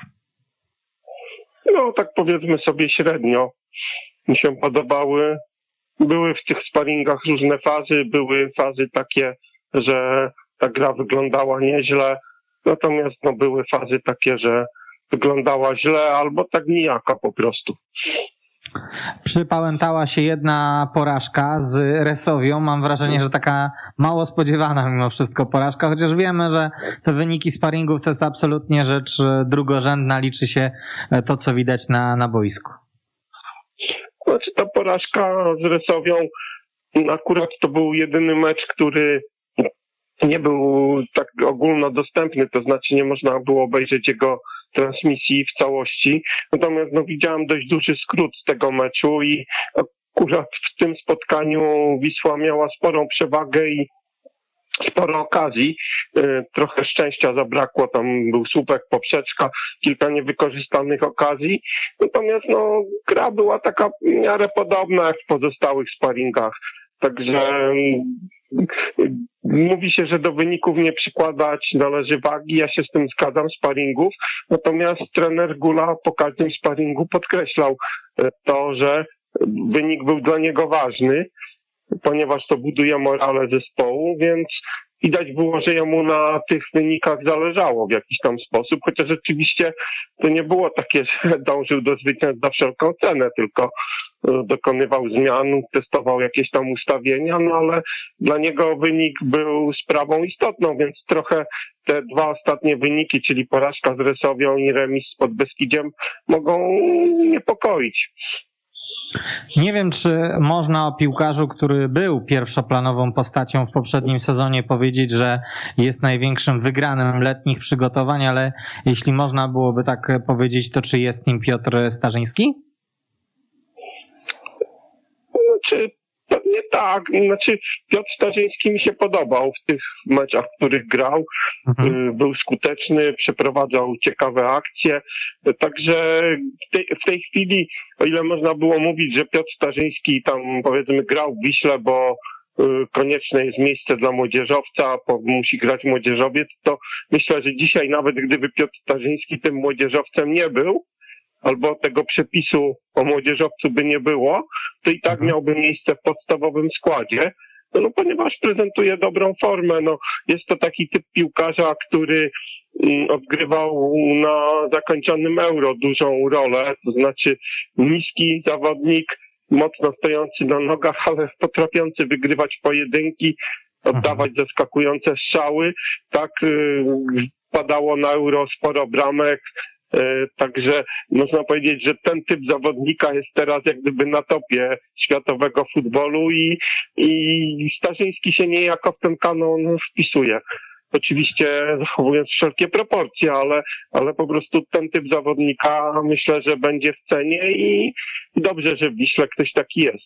No tak powiedzmy sobie średnio mi się podobały. Były w tych sparingach różne fazy. Były fazy takie, że ta gra wyglądała nieźle. Natomiast no, były fazy takie, że wyglądała źle albo tak nijaka po prostu. Przypałętała się jedna porażka z Resowią. Mam wrażenie, że taka mało spodziewana mimo wszystko porażka, chociaż wiemy, że te wyniki sparingów to jest absolutnie rzecz drugorzędna. Liczy się to, co widać na, na boisku. Znaczy ta porażka z Resowią, akurat to był jedyny mecz, który nie był tak ogólnodostępny, to znaczy nie można było obejrzeć jego transmisji w całości. Natomiast no, widziałem dość duży skrót z tego meczu i akurat w tym spotkaniu Wisła miała sporą przewagę i sporo okazji. Trochę szczęścia zabrakło, tam był słupek, poprzeczka, kilka niewykorzystanych okazji. Natomiast no, gra była taka w miarę podobna jak w pozostałych sparingach. Także mówi się, że do wyników nie przykładać należy wagi. Ja się z tym zgadzam, sparingów. Natomiast trener Gula po każdym sparingu podkreślał to, że wynik był dla niego ważny, ponieważ to buduje morale zespołu, więc widać było, że jemu na tych wynikach zależało w jakiś tam sposób, chociaż oczywiście to nie było takie, że dążył do zwycięstwa za wszelką cenę, tylko dokonywał zmian, testował jakieś tam ustawienia, no ale dla niego wynik był sprawą istotną, więc trochę te dwa ostatnie wyniki, czyli porażka z Resowią i remis z Podbeskidziem, mogą niepokoić. Nie wiem, czy można o piłkarzu, który był pierwszoplanową postacią w poprzednim sezonie, powiedzieć, że jest największym wygranym letnich przygotowań, ale jeśli można byłoby tak powiedzieć, to czy jest nim Piotr Starzyński? Znaczy, pewnie Tak, znaczy Piotr Starzyński mi się podobał w tych meczach, w których grał. Mhm. Był skuteczny, przeprowadzał ciekawe akcje. Także w tej, w tej chwili, o ile można było mówić, że Piotr Starzyński tam powiedzmy grał w Wiśle, bo konieczne jest miejsce dla młodzieżowca, bo musi grać młodzieżowiec, to myślę, że dzisiaj nawet gdyby Piotr Starzyński tym młodzieżowcem nie był, albo tego przepisu o młodzieżowcu by nie było, to i tak miałby miejsce w podstawowym składzie, no, no ponieważ prezentuje dobrą formę. No, jest to taki typ piłkarza, który mm, odgrywał na zakończonym Euro dużą rolę, to znaczy niski zawodnik, mocno stojący na nogach, ale potrafiący wygrywać pojedynki, oddawać zaskakujące strzały. Tak yy, padało na Euro sporo bramek. Także można powiedzieć, że ten typ zawodnika jest teraz jak gdyby na topie światowego futbolu i, i Starzyński się niejako w ten kanon wpisuje. Oczywiście zachowując wszelkie proporcje, ale, ale po prostu ten typ zawodnika myślę, że będzie w cenie i dobrze, że w Wiśle ktoś taki jest.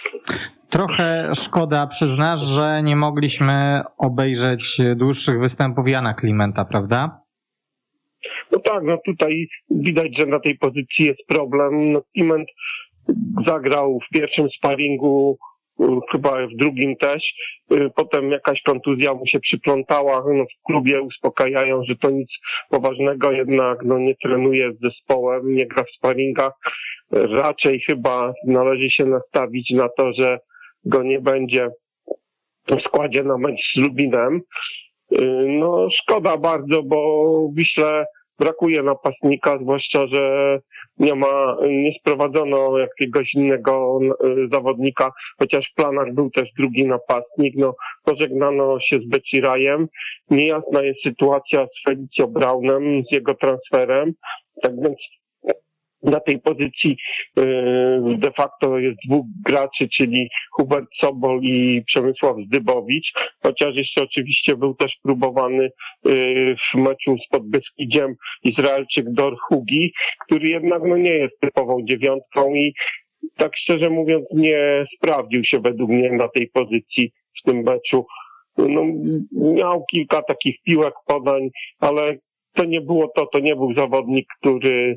Trochę szkoda, przyznasz, że nie mogliśmy obejrzeć dłuższych występów Jana Klimenta, prawda? No tak, no tutaj widać, że na tej pozycji jest problem. No, Kliment zagrał w pierwszym sparingu, chyba w drugim też. Potem jakaś kontuzja mu się przyplątała. No, w klubie uspokajają, że to nic poważnego, jednak no, nie trenuje z zespołem, nie gra w sparingach. Raczej chyba należy się nastawić na to, że go nie będzie w składzie na mecz z Lubinem. No szkoda bardzo, bo w Wiśle brakuje napastnika, zwłaszcza, że nie ma, nie sprowadzono jakiegoś innego zawodnika, chociaż w planach był też drugi napastnik. No pożegnano się z Becirajem. Niejasna jest sytuacja z Felicjo Braunem, z jego transferem. Tak więc na tej pozycji de facto jest dwóch graczy, czyli Hubert Sobol i Przemysław Zdybowicz, chociaż jeszcze oczywiście był też próbowany w meczu z Podbeskidziem Izraelczyk Dor Hugi, który jednak no nie jest typową dziewiątką i tak szczerze mówiąc nie sprawdził się według mnie na tej pozycji w tym meczu. No, miał kilka takich piłek, podań, ale to nie było to, to nie był zawodnik, który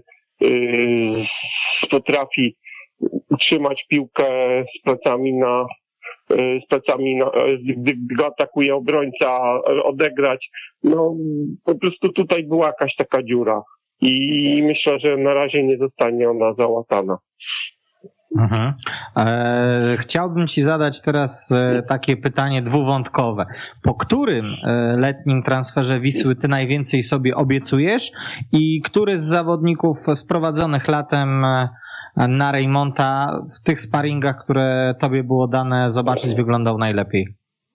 potrafi utrzymać piłkę z plecami na, z plecami na, gdy go atakuje obrońca, odegrać. No po prostu tutaj była jakaś taka dziura i myślę, że na razie nie zostanie ona załatana. Mhm. E, chciałbym ci zadać teraz takie pytanie dwuwątkowe. Po którym letnim transferze Wisły ty najwięcej sobie obiecujesz i który z zawodników sprowadzonych latem na Reymonta w tych sparingach, które tobie było dane zobaczyć, wyglądał najlepiej?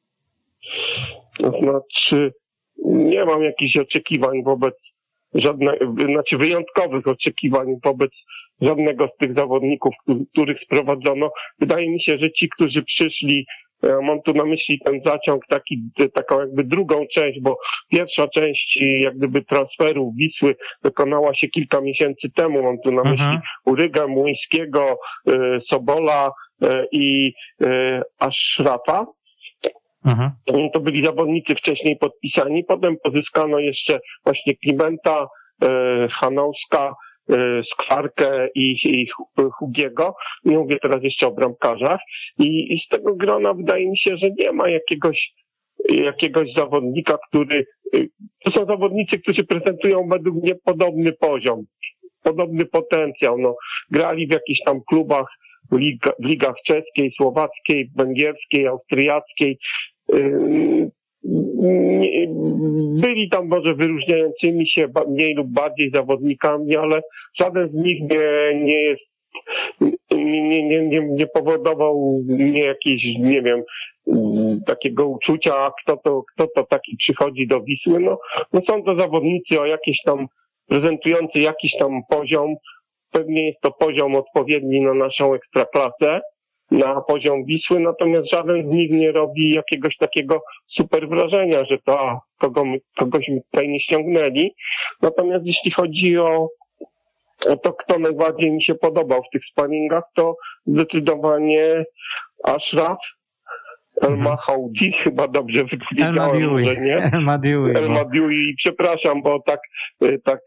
To znaczy nie mam jakichś oczekiwań wobec żadnych, znaczy wyjątkowych oczekiwań wobec żadnego z tych zawodników, których sprowadzono. Wydaje mi się, że ci, którzy przyszli, mam tu na myśli ten zaciąg, taki, taką jakby drugą część, bo pierwsza część jak gdyby transferu Wisły dokonała się kilka miesięcy temu. Mam tu na myśli mhm. Urygę, Młyńskiego, Sobola i Ashrafa. Mhm. To byli zawodnicy wcześniej podpisani. Potem pozyskano jeszcze właśnie Klimenta, Hanouska, Skwarkę i, i Hugiego. Nie mówię teraz jeszcze o bramkarzach. I, I z tego grona wydaje mi się, że nie ma jakiegoś jakiegoś zawodnika, który... To są zawodnicy, którzy prezentują według mnie podobny poziom, podobny potencjał. No, grali w jakichś tam klubach w, liga, w ligach czeskiej, słowackiej, węgierskiej, austriackiej. Byli tam może wyróżniającymi się mniej lub bardziej zawodnikami, ale żaden z nich nie, nie jest, nie, nie, nie, nie powodował mnie jakiejś, nie wiem, takiego uczucia, kto to, kto to taki przychodzi do Wisły. No, no są to zawodnicy o jakiejś tam, prezentujący jakiś tam poziom. Pewnie jest to poziom odpowiedni na naszą ekstraklasę, na poziom Wisły, natomiast żaden z nich nie robi jakiegoś takiego super wrażenia, że to a, kogo my, kogoś my tutaj nie ściągnęli. Natomiast jeśli chodzi o, o to, kto najbardziej mi się podobał w tych sparingach, to zdecydowanie Ashraf, El Mahoudi, chyba dobrze wypowiedziałem, El może nie? El Madiui. El Madiui, przepraszam, bo tak, tak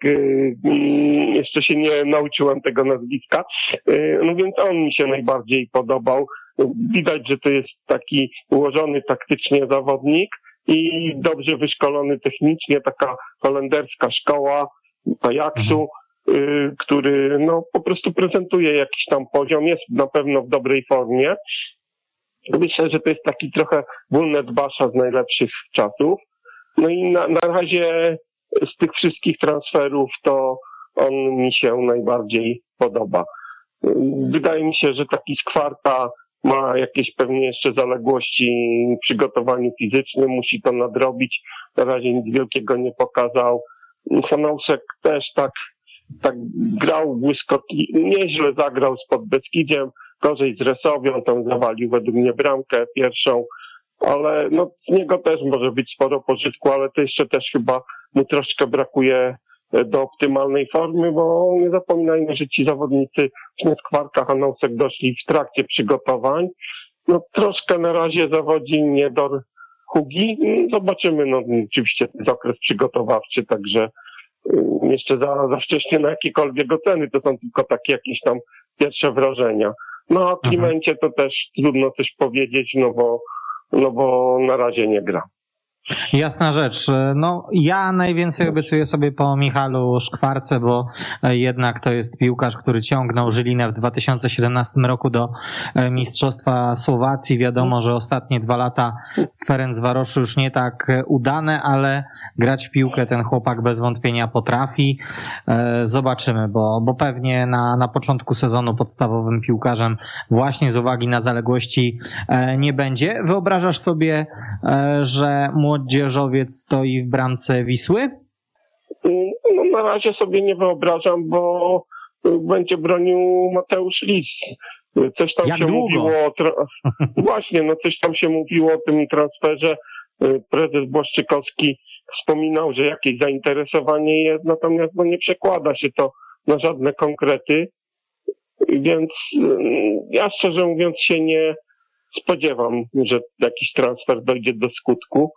jeszcze się nie nauczyłem tego nazwiska. No więc on mi się najbardziej podobał. Widać, że to jest taki ułożony taktycznie zawodnik i dobrze wyszkolony technicznie, taka holenderska szkoła Ajaxu, mhm. który no po prostu prezentuje jakiś tam poziom, jest na pewno w dobrej formie. Myślę, że to jest taki trochę Bulnet Basza z najlepszych czasów. No i na, na razie z tych wszystkich transferów to on mi się najbardziej podoba. Wydaje mi się, że taki Skwarta ma jakieś pewnie jeszcze zaległości w przygotowaniu fizycznym, musi to nadrobić. Na razie nic wielkiego nie pokazał. Hanausek też tak, tak grał błyskotliwie, nieźle zagrał z Podbeskidziem, gorzej z Resowią, tam zawalił według mnie bramkę pierwszą, ale no z niego też może być sporo pożytku, ale to jeszcze też chyba mu troszkę brakuje do optymalnej formy, bo nie zapominajmy, że ci zawodnicy Skwarka, Hanausek doszli w trakcie przygotowań. No troszkę na razie zawodzi Niedor Hugi. Zobaczymy, no oczywiście to jest okres przygotowawczy, także jeszcze za, za wcześnie na jakiekolwiek oceny, to są tylko takie jakieś tam pierwsze wrażenia. No o Klimencie to też trudno coś powiedzieć, no bo, no bo na razie nie gra. Jasna rzecz. No ja najwięcej obiecuję sobie po Michalu Szkwarce, bo jednak to jest piłkarz, który ciągnął Żylinę w dwa tysiące siedemnastym roku do Mistrzostwa Słowacji. Wiadomo, że ostatnie dwa lata w Ferencvaroszu już nie tak udane, ale grać w piłkę ten chłopak bez wątpienia potrafi. Zobaczymy, bo, bo pewnie na, na początku sezonu podstawowym piłkarzem właśnie z uwagi na zaległości nie będzie. Wyobrażasz sobie, że młodzieżowiec stoi w bramce Wisły? No, na razie sobie nie wyobrażam, bo będzie bronił Mateusz Lis. Coś tam Jak się długo? mówiło o tra- Właśnie, no coś tam się mówiło o tym transferze. Prezes Błaszczykowski wspominał, że jakieś zainteresowanie jest, natomiast no, nie przekłada się to na żadne konkrety. Więc ja szczerze mówiąc się nie spodziewam, że jakiś transfer dojdzie do skutku.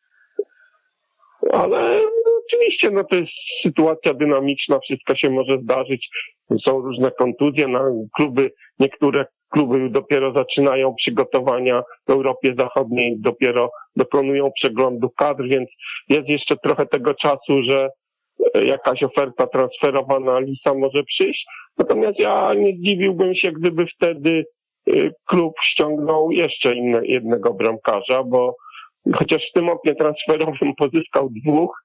Ale oczywiście no to jest sytuacja dynamiczna, wszystko się może zdarzyć. Są różne kontuzje, na kluby, niektóre kluby dopiero zaczynają przygotowania w Europie Zachodniej, dopiero dokonują przeglądu kadr, więc jest jeszcze trochę tego czasu, że jakaś oferta transferowa na Lisa może przyjść. Natomiast ja nie zdziwiłbym się, gdyby wtedy klub ściągnął jeszcze inne, jednego bramkarza, bo chociaż w tym oknie transferowym pozyskał dwóch,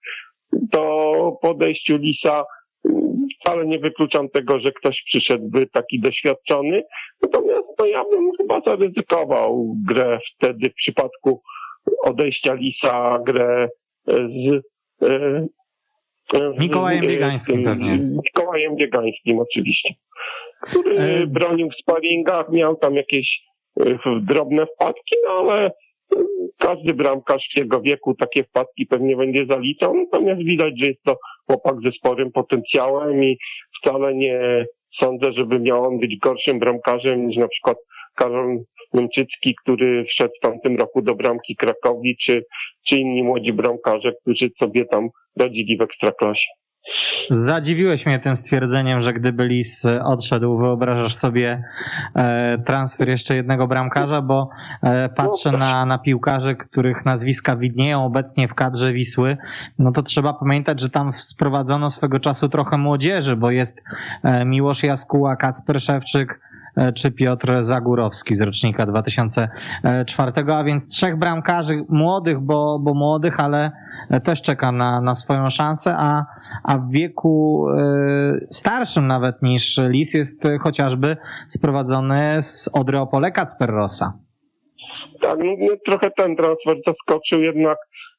to po odejściu Lisa wcale nie wykluczam tego, że ktoś przyszedłby taki doświadczony. Natomiast no, ja bym chyba zaryzykował grę wtedy w przypadku odejścia Lisa, grę z, z Mikołajem Biegańskim pewnie. Mikołajem Biegańskim oczywiście, który e... bronił w sparingach, miał tam jakieś drobne wpadki, no ale każdy bramkarz w jego wieku takie wpadki pewnie będzie zaliczał, natomiast widać, że jest to chłopak ze sporym potencjałem i wcale nie sądzę, żeby miał on być gorszym bramkarzem niż na przykład Karol Niemczycki, który wszedł w tamtym roku do bramki Krakowi, czy, czy inni młodzi bramkarze, którzy sobie tam radzili w Ekstraklasie. Zadziwiłeś mnie tym stwierdzeniem, że gdyby Lis odszedł, wyobrażasz sobie transfer jeszcze jednego bramkarza, bo patrzę na, na piłkarzy, których nazwiska widnieją obecnie w kadrze Wisły, no to trzeba pamiętać, że tam sprowadzono swego czasu trochę młodzieży, bo jest Miłosz Jaskuła, Kacper Szewczyk czy Piotr Zagórowski z rocznika dwa tysiące czwartego, a więc trzech bramkarzy młodych, bo, bo młodych, ale też czeka na, na swoją szansę, a, a w wieku starszym nawet niż Lis jest chociażby sprowadzony z Odry Opole Kacper Rosa. Tak, no, mnie trochę ten transfer zaskoczył, jednak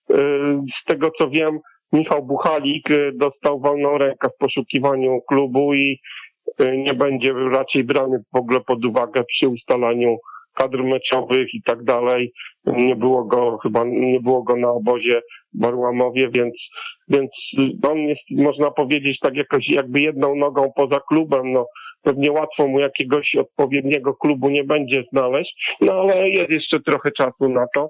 z tego co wiem, Michał Buchalik dostał wolną rękę w poszukiwaniu klubu i nie będzie raczej brany w ogóle pod uwagę przy ustalaniu kadr meczowych i tak dalej. Nie było go, chyba nie było go na obozie w Barłamowie, więc, więc on jest, można powiedzieć, tak jakoś jakby jedną nogą poza klubem. No, pewnie łatwo mu jakiegoś odpowiedniego klubu nie będzie znaleźć, no ale jest jeszcze trochę czasu na to.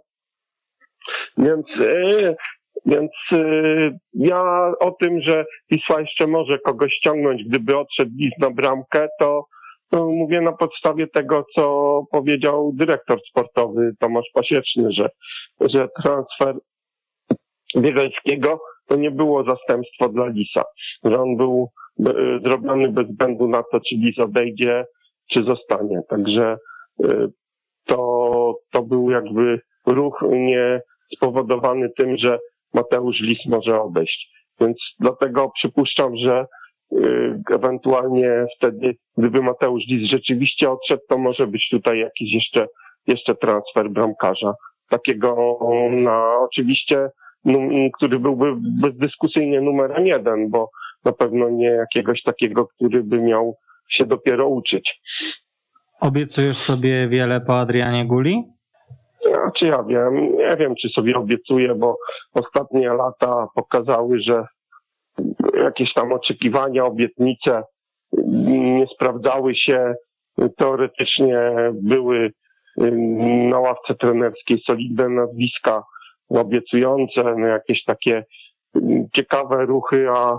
Więc, yy, więc yy, ja o tym, że Wisła jeszcze może kogoś ściągnąć, gdyby odszedł Lis na bramkę, to, to mówię na podstawie tego, co powiedział dyrektor sportowy Tomasz Pasieczny, że, że transfer Biegańskiego to nie było zastępstwo dla Lisa, że on był yy, zrobiony bez względu na to, czy Lis odejdzie, czy zostanie. Także yy, to, to był jakby ruch nie spowodowany tym, że Mateusz Lis może odejść. Więc dlatego przypuszczam, że y, ewentualnie wtedy, gdyby Mateusz Lis rzeczywiście odszedł, to może być tutaj jakiś jeszcze, jeszcze transfer bramkarza. Takiego na oczywiście, num, który byłby bezdyskusyjnie numerem jeden, bo na pewno nie jakiegoś takiego, który by miał się dopiero uczyć. Obiecujesz sobie wiele po Adrianie Guli? Ja, czy ja wiem, nie wiem, czy sobie obiecuję, bo ostatnie lata pokazały, że jakieś tam oczekiwania, obietnice nie sprawdzały się. Teoretycznie były na ławce trenerskiej solidne nazwiska obiecujące, no jakieś takie ciekawe ruchy, a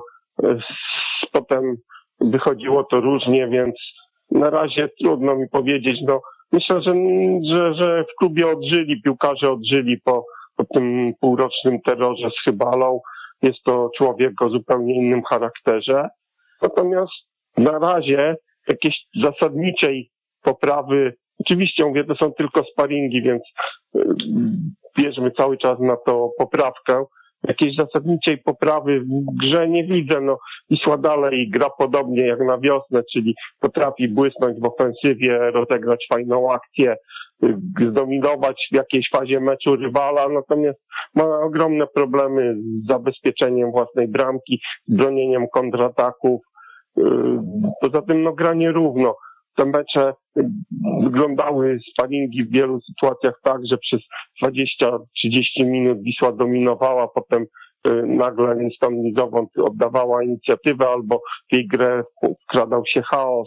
potem wychodziło to różnie, więc na razie trudno mi powiedzieć, no myślę, że, że, że w klubie odżyli, piłkarze odżyli po, po tym półrocznym terrorze z Chybalą. Jest to człowiek o zupełnie innym charakterze. Natomiast na razie jakiejś zasadniczej poprawy, oczywiście mówię, to są tylko sparingi, więc bierzmy cały czas na to poprawkę. Jakiejś zasadniczej poprawy w grze nie widzę. No, Wisła dalej gra podobnie jak na wiosnę, czyli potrafi błysnąć w ofensywie, rozegrać fajną akcję, zdominować w jakiejś fazie meczu rywala, natomiast ma ogromne problemy z zabezpieczeniem własnej bramki, z bronieniem kontrataków. Poza tym no, gra nierówno. Te mecze wyglądały, sparingi w wielu sytuacjach tak, że przez dwadzieścia trzydzieści minut Wisła dominowała, potem nagle niestąd oddawała inicjatywę albo w jej grę wkradał się chaos.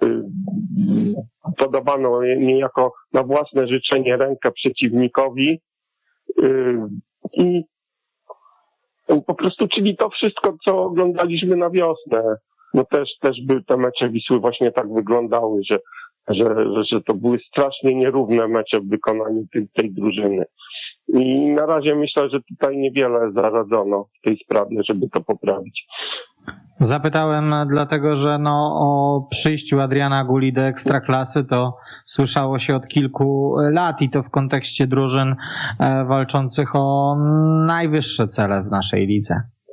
Podawano niejako na własne życzenie rękę przeciwnikowi i po prostu, czyli to wszystko, co oglądaliśmy na wiosnę. No też, też by te mecze Wisły właśnie tak wyglądały, że, że, że to były strasznie nierówne mecze w wykonaniu tej, tej drużyny. I na razie myślę, że tutaj niewiele zaradzono w tej sprawie, żeby to poprawić. Zapytałem dlatego, że no, o przyjściu Adriana Guli do Ekstraklasy to słyszało się od kilku lat i to w kontekście drużyn walczących o najwyższe cele w naszej lidze.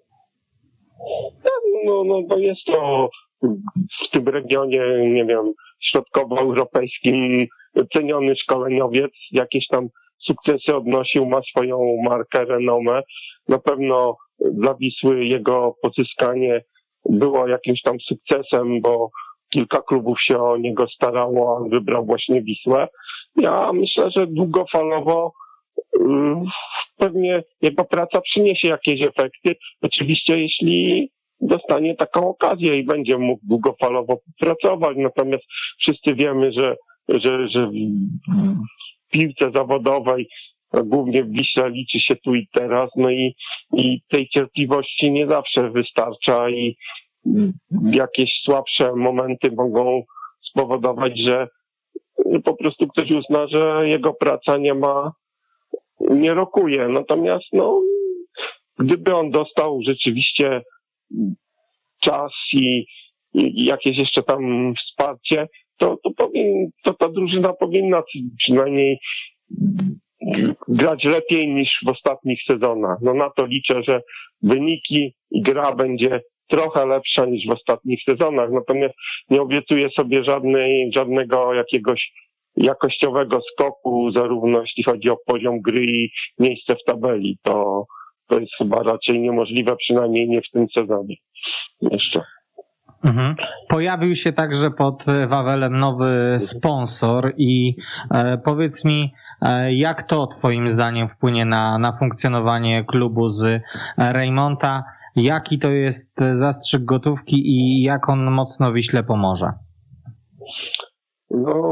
No, no to jest to w tym regionie, nie wiem, środkowoeuropejskim ceniony szkoleniowiec, jakieś tam sukcesy odnosił, ma swoją markę, renomę. Na pewno dla Wisły jego pozyskanie było jakimś tam sukcesem, bo kilka klubów się o niego starało, a wybrał właśnie Wisłę. Ja myślę, że długofalowo yy, pewnie jego praca przyniesie jakieś efekty. Oczywiście jeśli dostanie taką okazję i będzie mógł długofalowo pracować. Natomiast wszyscy wiemy, że, że, że w piłce zawodowej, głównie w Wiśle, liczy się tu i teraz, no i, i tej cierpliwości nie zawsze wystarcza i jakieś słabsze momenty mogą spowodować, że po prostu ktoś uzna, że jego praca nie ma, nie rokuje. Natomiast no, gdyby on dostał rzeczywiście czas i, i jakieś jeszcze tam wsparcie, to, to, powin, to ta drużyna powinna przynajmniej grać lepiej niż w ostatnich sezonach. No na to liczę, że wyniki i gra będzie trochę lepsza niż w ostatnich sezonach, natomiast nie obiecuję sobie żadnej, żadnego jakiegoś jakościowego skoku, zarówno jeśli chodzi o poziom gry i miejsce w tabeli. To, to jest chyba raczej niemożliwe, przynajmniej nie w tym sezonie jeszcze. Mhm. Pojawił się także pod Wawelem nowy sponsor i e, powiedz mi, e, jak to twoim zdaniem wpłynie na, na funkcjonowanie klubu z Rejmonta? Jaki to jest zastrzyk gotówki i jak on mocno Wiśle pomoże? No,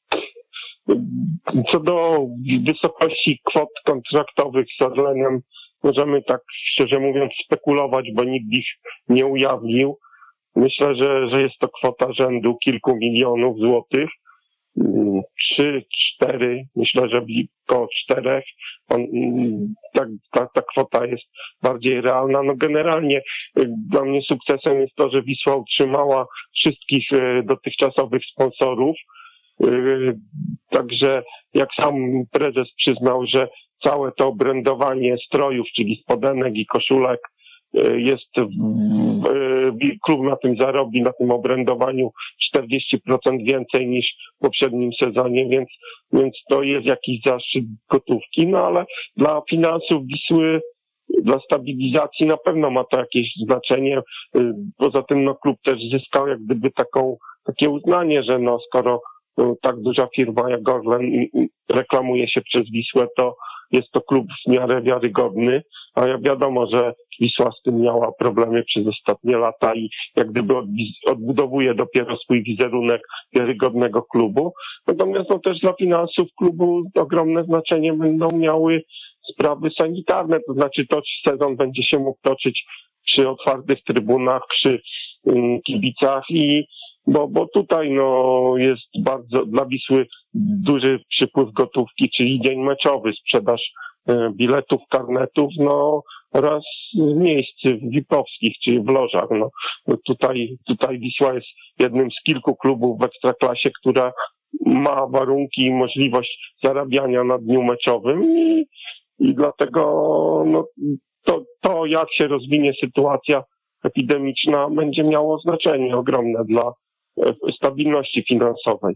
co do wysokości kwot kontraktowych z Orlenem, możemy tak szczerze mówiąc spekulować, bo nikt ich nie ujawnił. Myślę, że, że jest to kwota rzędu kilku milionów złotych. Trzy, cztery, myślę, że około czterech. On, ta, ta, ta kwota jest bardziej realna. No generalnie dla mnie sukcesem jest to, że Wisła utrzymała wszystkich dotychczasowych sponsorów. Także jak sam prezes przyznał, że całe to obrędowanie strojów, czyli spodenek i koszulek jest, klub na tym zarobi, na tym obrędowaniu czterdzieści procent więcej niż w poprzednim sezonie, więc, więc to jest jakiś zastrzyk gotówki, no ale dla finansów Wisły, dla stabilizacji na pewno ma to jakieś znaczenie. Poza tym no klub też zyskał jak gdyby taką, takie uznanie, że no skoro no, tak duża firma jak Orlen reklamuje się przez Wisłę, to jest to klub w miarę wiarygodny, a ja wiadomo, że Wisła z tym miała problemy przez ostatnie lata i jak gdyby odbudowuje dopiero swój wizerunek wiarygodnego klubu. Natomiast no też dla finansów klubu ogromne znaczenie będą miały sprawy sanitarne, to znaczy to, czy sezon będzie się mógł toczyć przy otwartych trybunach, przy kibicach i Bo, bo tutaj no jest bardzo dla Wisły duży przypływ gotówki, czyli dzień meczowy, sprzedaż biletów, karnetów, no oraz miejsc V I P-owskich, czyli w lożach. No, tutaj, tutaj Wisła jest jednym z kilku klubów w Ekstraklasie, która ma warunki i możliwość zarabiania na dniu meczowym i, i dlatego no, to, to, jak się rozwinie sytuacja epidemiczna, będzie miało znaczenie ogromne dla stabilności finansowej.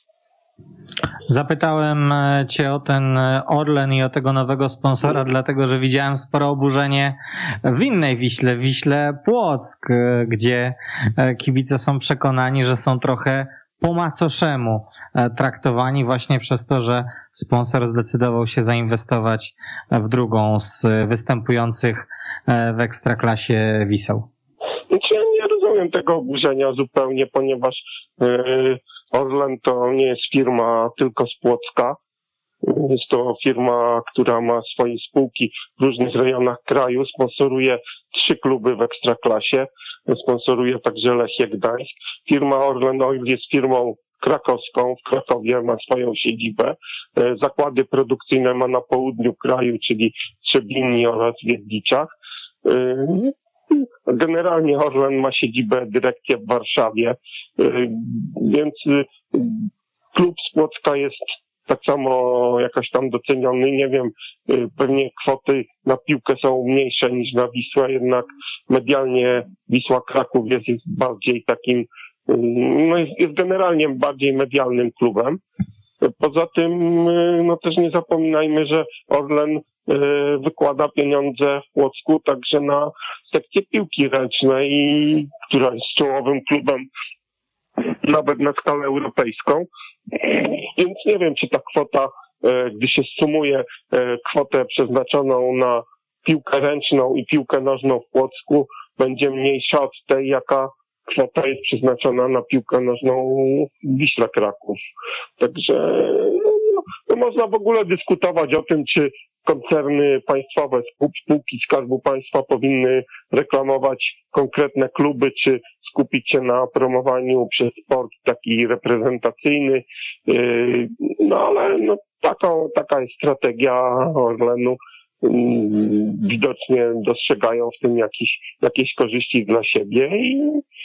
Zapytałem cię o ten Orlen i o tego nowego sponsora, dlatego że widziałem sporo oburzenie w innej Wiśle, w Wiśle Płock, gdzie kibice są przekonani, że są trochę po macoszemu traktowani właśnie przez to, że sponsor zdecydował się zainwestować w drugą z występujących w Ekstraklasie Wiseł. Ja nie rozumiem tego oburzenia zupełnie, ponieważ yy, Orlen to nie jest firma tylko z Płocka. Jest to firma, która ma swoje spółki w różnych rejonach kraju, sponsoruje trzy kluby w Ekstraklasie, sponsoruje także Lechia Gdańsk. Firma Orlen Oil jest firmą krakowską, w Krakowie ma swoją siedzibę. Zakłady produkcyjne ma na południu kraju, czyli Trzebinie oraz Wiedliczach. Generalnie Orlen ma siedzibę, dyrekcję w Warszawie, więc klub z Płocka jest tak samo jakoś tam doceniony. Nie wiem, pewnie kwoty na piłkę są mniejsze niż na Wisłę, jednak medialnie Wisła Kraków jest, jest bardziej takim, no jest, jest generalnie bardziej medialnym klubem. Poza tym, no też nie zapominajmy, że Orlen wykłada pieniądze w Płocku także na sekcję piłki ręcznej, która jest czołowym klubem nawet na skalę europejską. Więc nie wiem, czy ta kwota, gdy się sumuje kwotę przeznaczoną na piłkę ręczną i piłkę nożną w Płocku, będzie mniejsza od tej, jaka kwota jest przeznaczona na piłkę nożną w Wiśle Kraków. Także no, no, można w ogóle dyskutować o tym, czy koncerny państwowe, spółki Skarbu Państwa powinny reklamować konkretne kluby, czy skupić się na promowaniu przez sport taki reprezentacyjny. No ale no, taką, taka jest strategia Orlenu. Widocznie dostrzegają w tym jakieś, jakieś korzyści dla siebie i,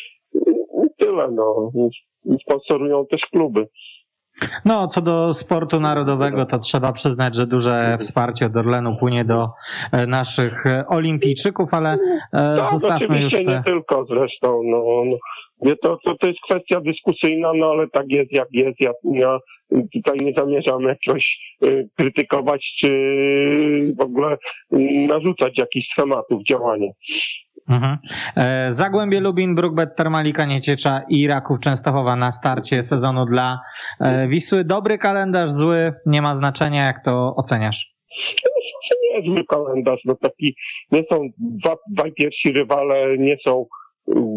i tyle. No. Sponsorują też kluby. No, co do sportu narodowego, to trzeba przyznać, że duże wsparcie od Orlenu płynie do naszych olimpijczyków, ale tak, zostawmy już te... nie tylko zresztą, no, no to, to, to jest kwestia dyskusyjna, no ale tak jest jak jest, ja, ja tutaj nie zamierzam jakoś y, krytykować, czy w ogóle y, narzucać jakichś schematów działania. Mhm. Zagłębie Lubin, Brukbet, Termalika Nieciecza i Raków Częstochowa na starcie sezonu dla Wisły. Dobry kalendarz, zły, nie ma znaczenia, jak to oceniasz? To nie jest zły kalendarz, no taki, nie są, dwa, dwaj pierwsi rywale nie są um,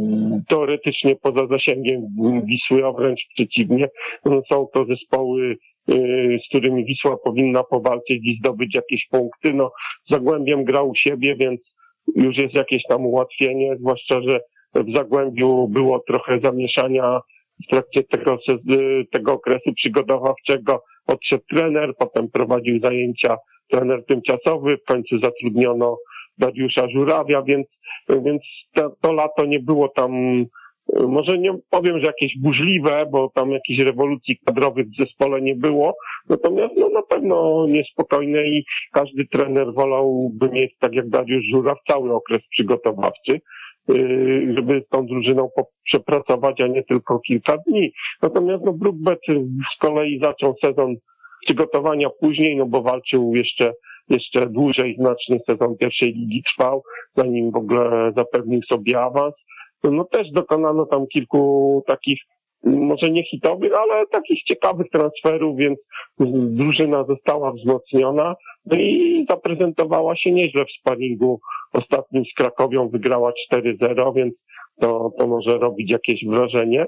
teoretycznie poza zasięgiem Wisły, a wręcz przeciwnie. No, są to zespoły, z którymi Wisła powinna powalczyć i zdobyć jakieś punkty. No, z Zagłębiem grał u siebie, więc już jest jakieś tam ułatwienie, zwłaszcza, że w Zagłębiu było trochę zamieszania w trakcie tego, tego okresu przygotowawczego. Odszedł trener, potem prowadził zajęcia trener tymczasowy, w końcu zatrudniono Dariusza Żurawia, więc, więc to, to lato nie było tam, może nie powiem, że jakieś burzliwe, bo tam jakichś rewolucji kadrowych w zespole nie było, natomiast no, na pewno niespokojne i każdy trener wolałby mieć, tak jak Dariusz Żuraw, cały okres przygotowawczy, żeby z tą drużyną przepracować, a nie tylko kilka dni. Natomiast no, Brookbet z kolei zaczął sezon przygotowania później, no bo walczył jeszcze jeszcze dłużej, znacznie sezon pierwszej ligi trwał, zanim w ogóle zapewnił sobie awans. No też dokonano tam kilku takich, może nie hitowych, ale takich ciekawych transferów, więc drużyna została wzmocniona, no i zaprezentowała się nieźle w sparingu ostatnim z Krakowią, wygrała cztery zero, więc to, to może robić jakieś wrażenie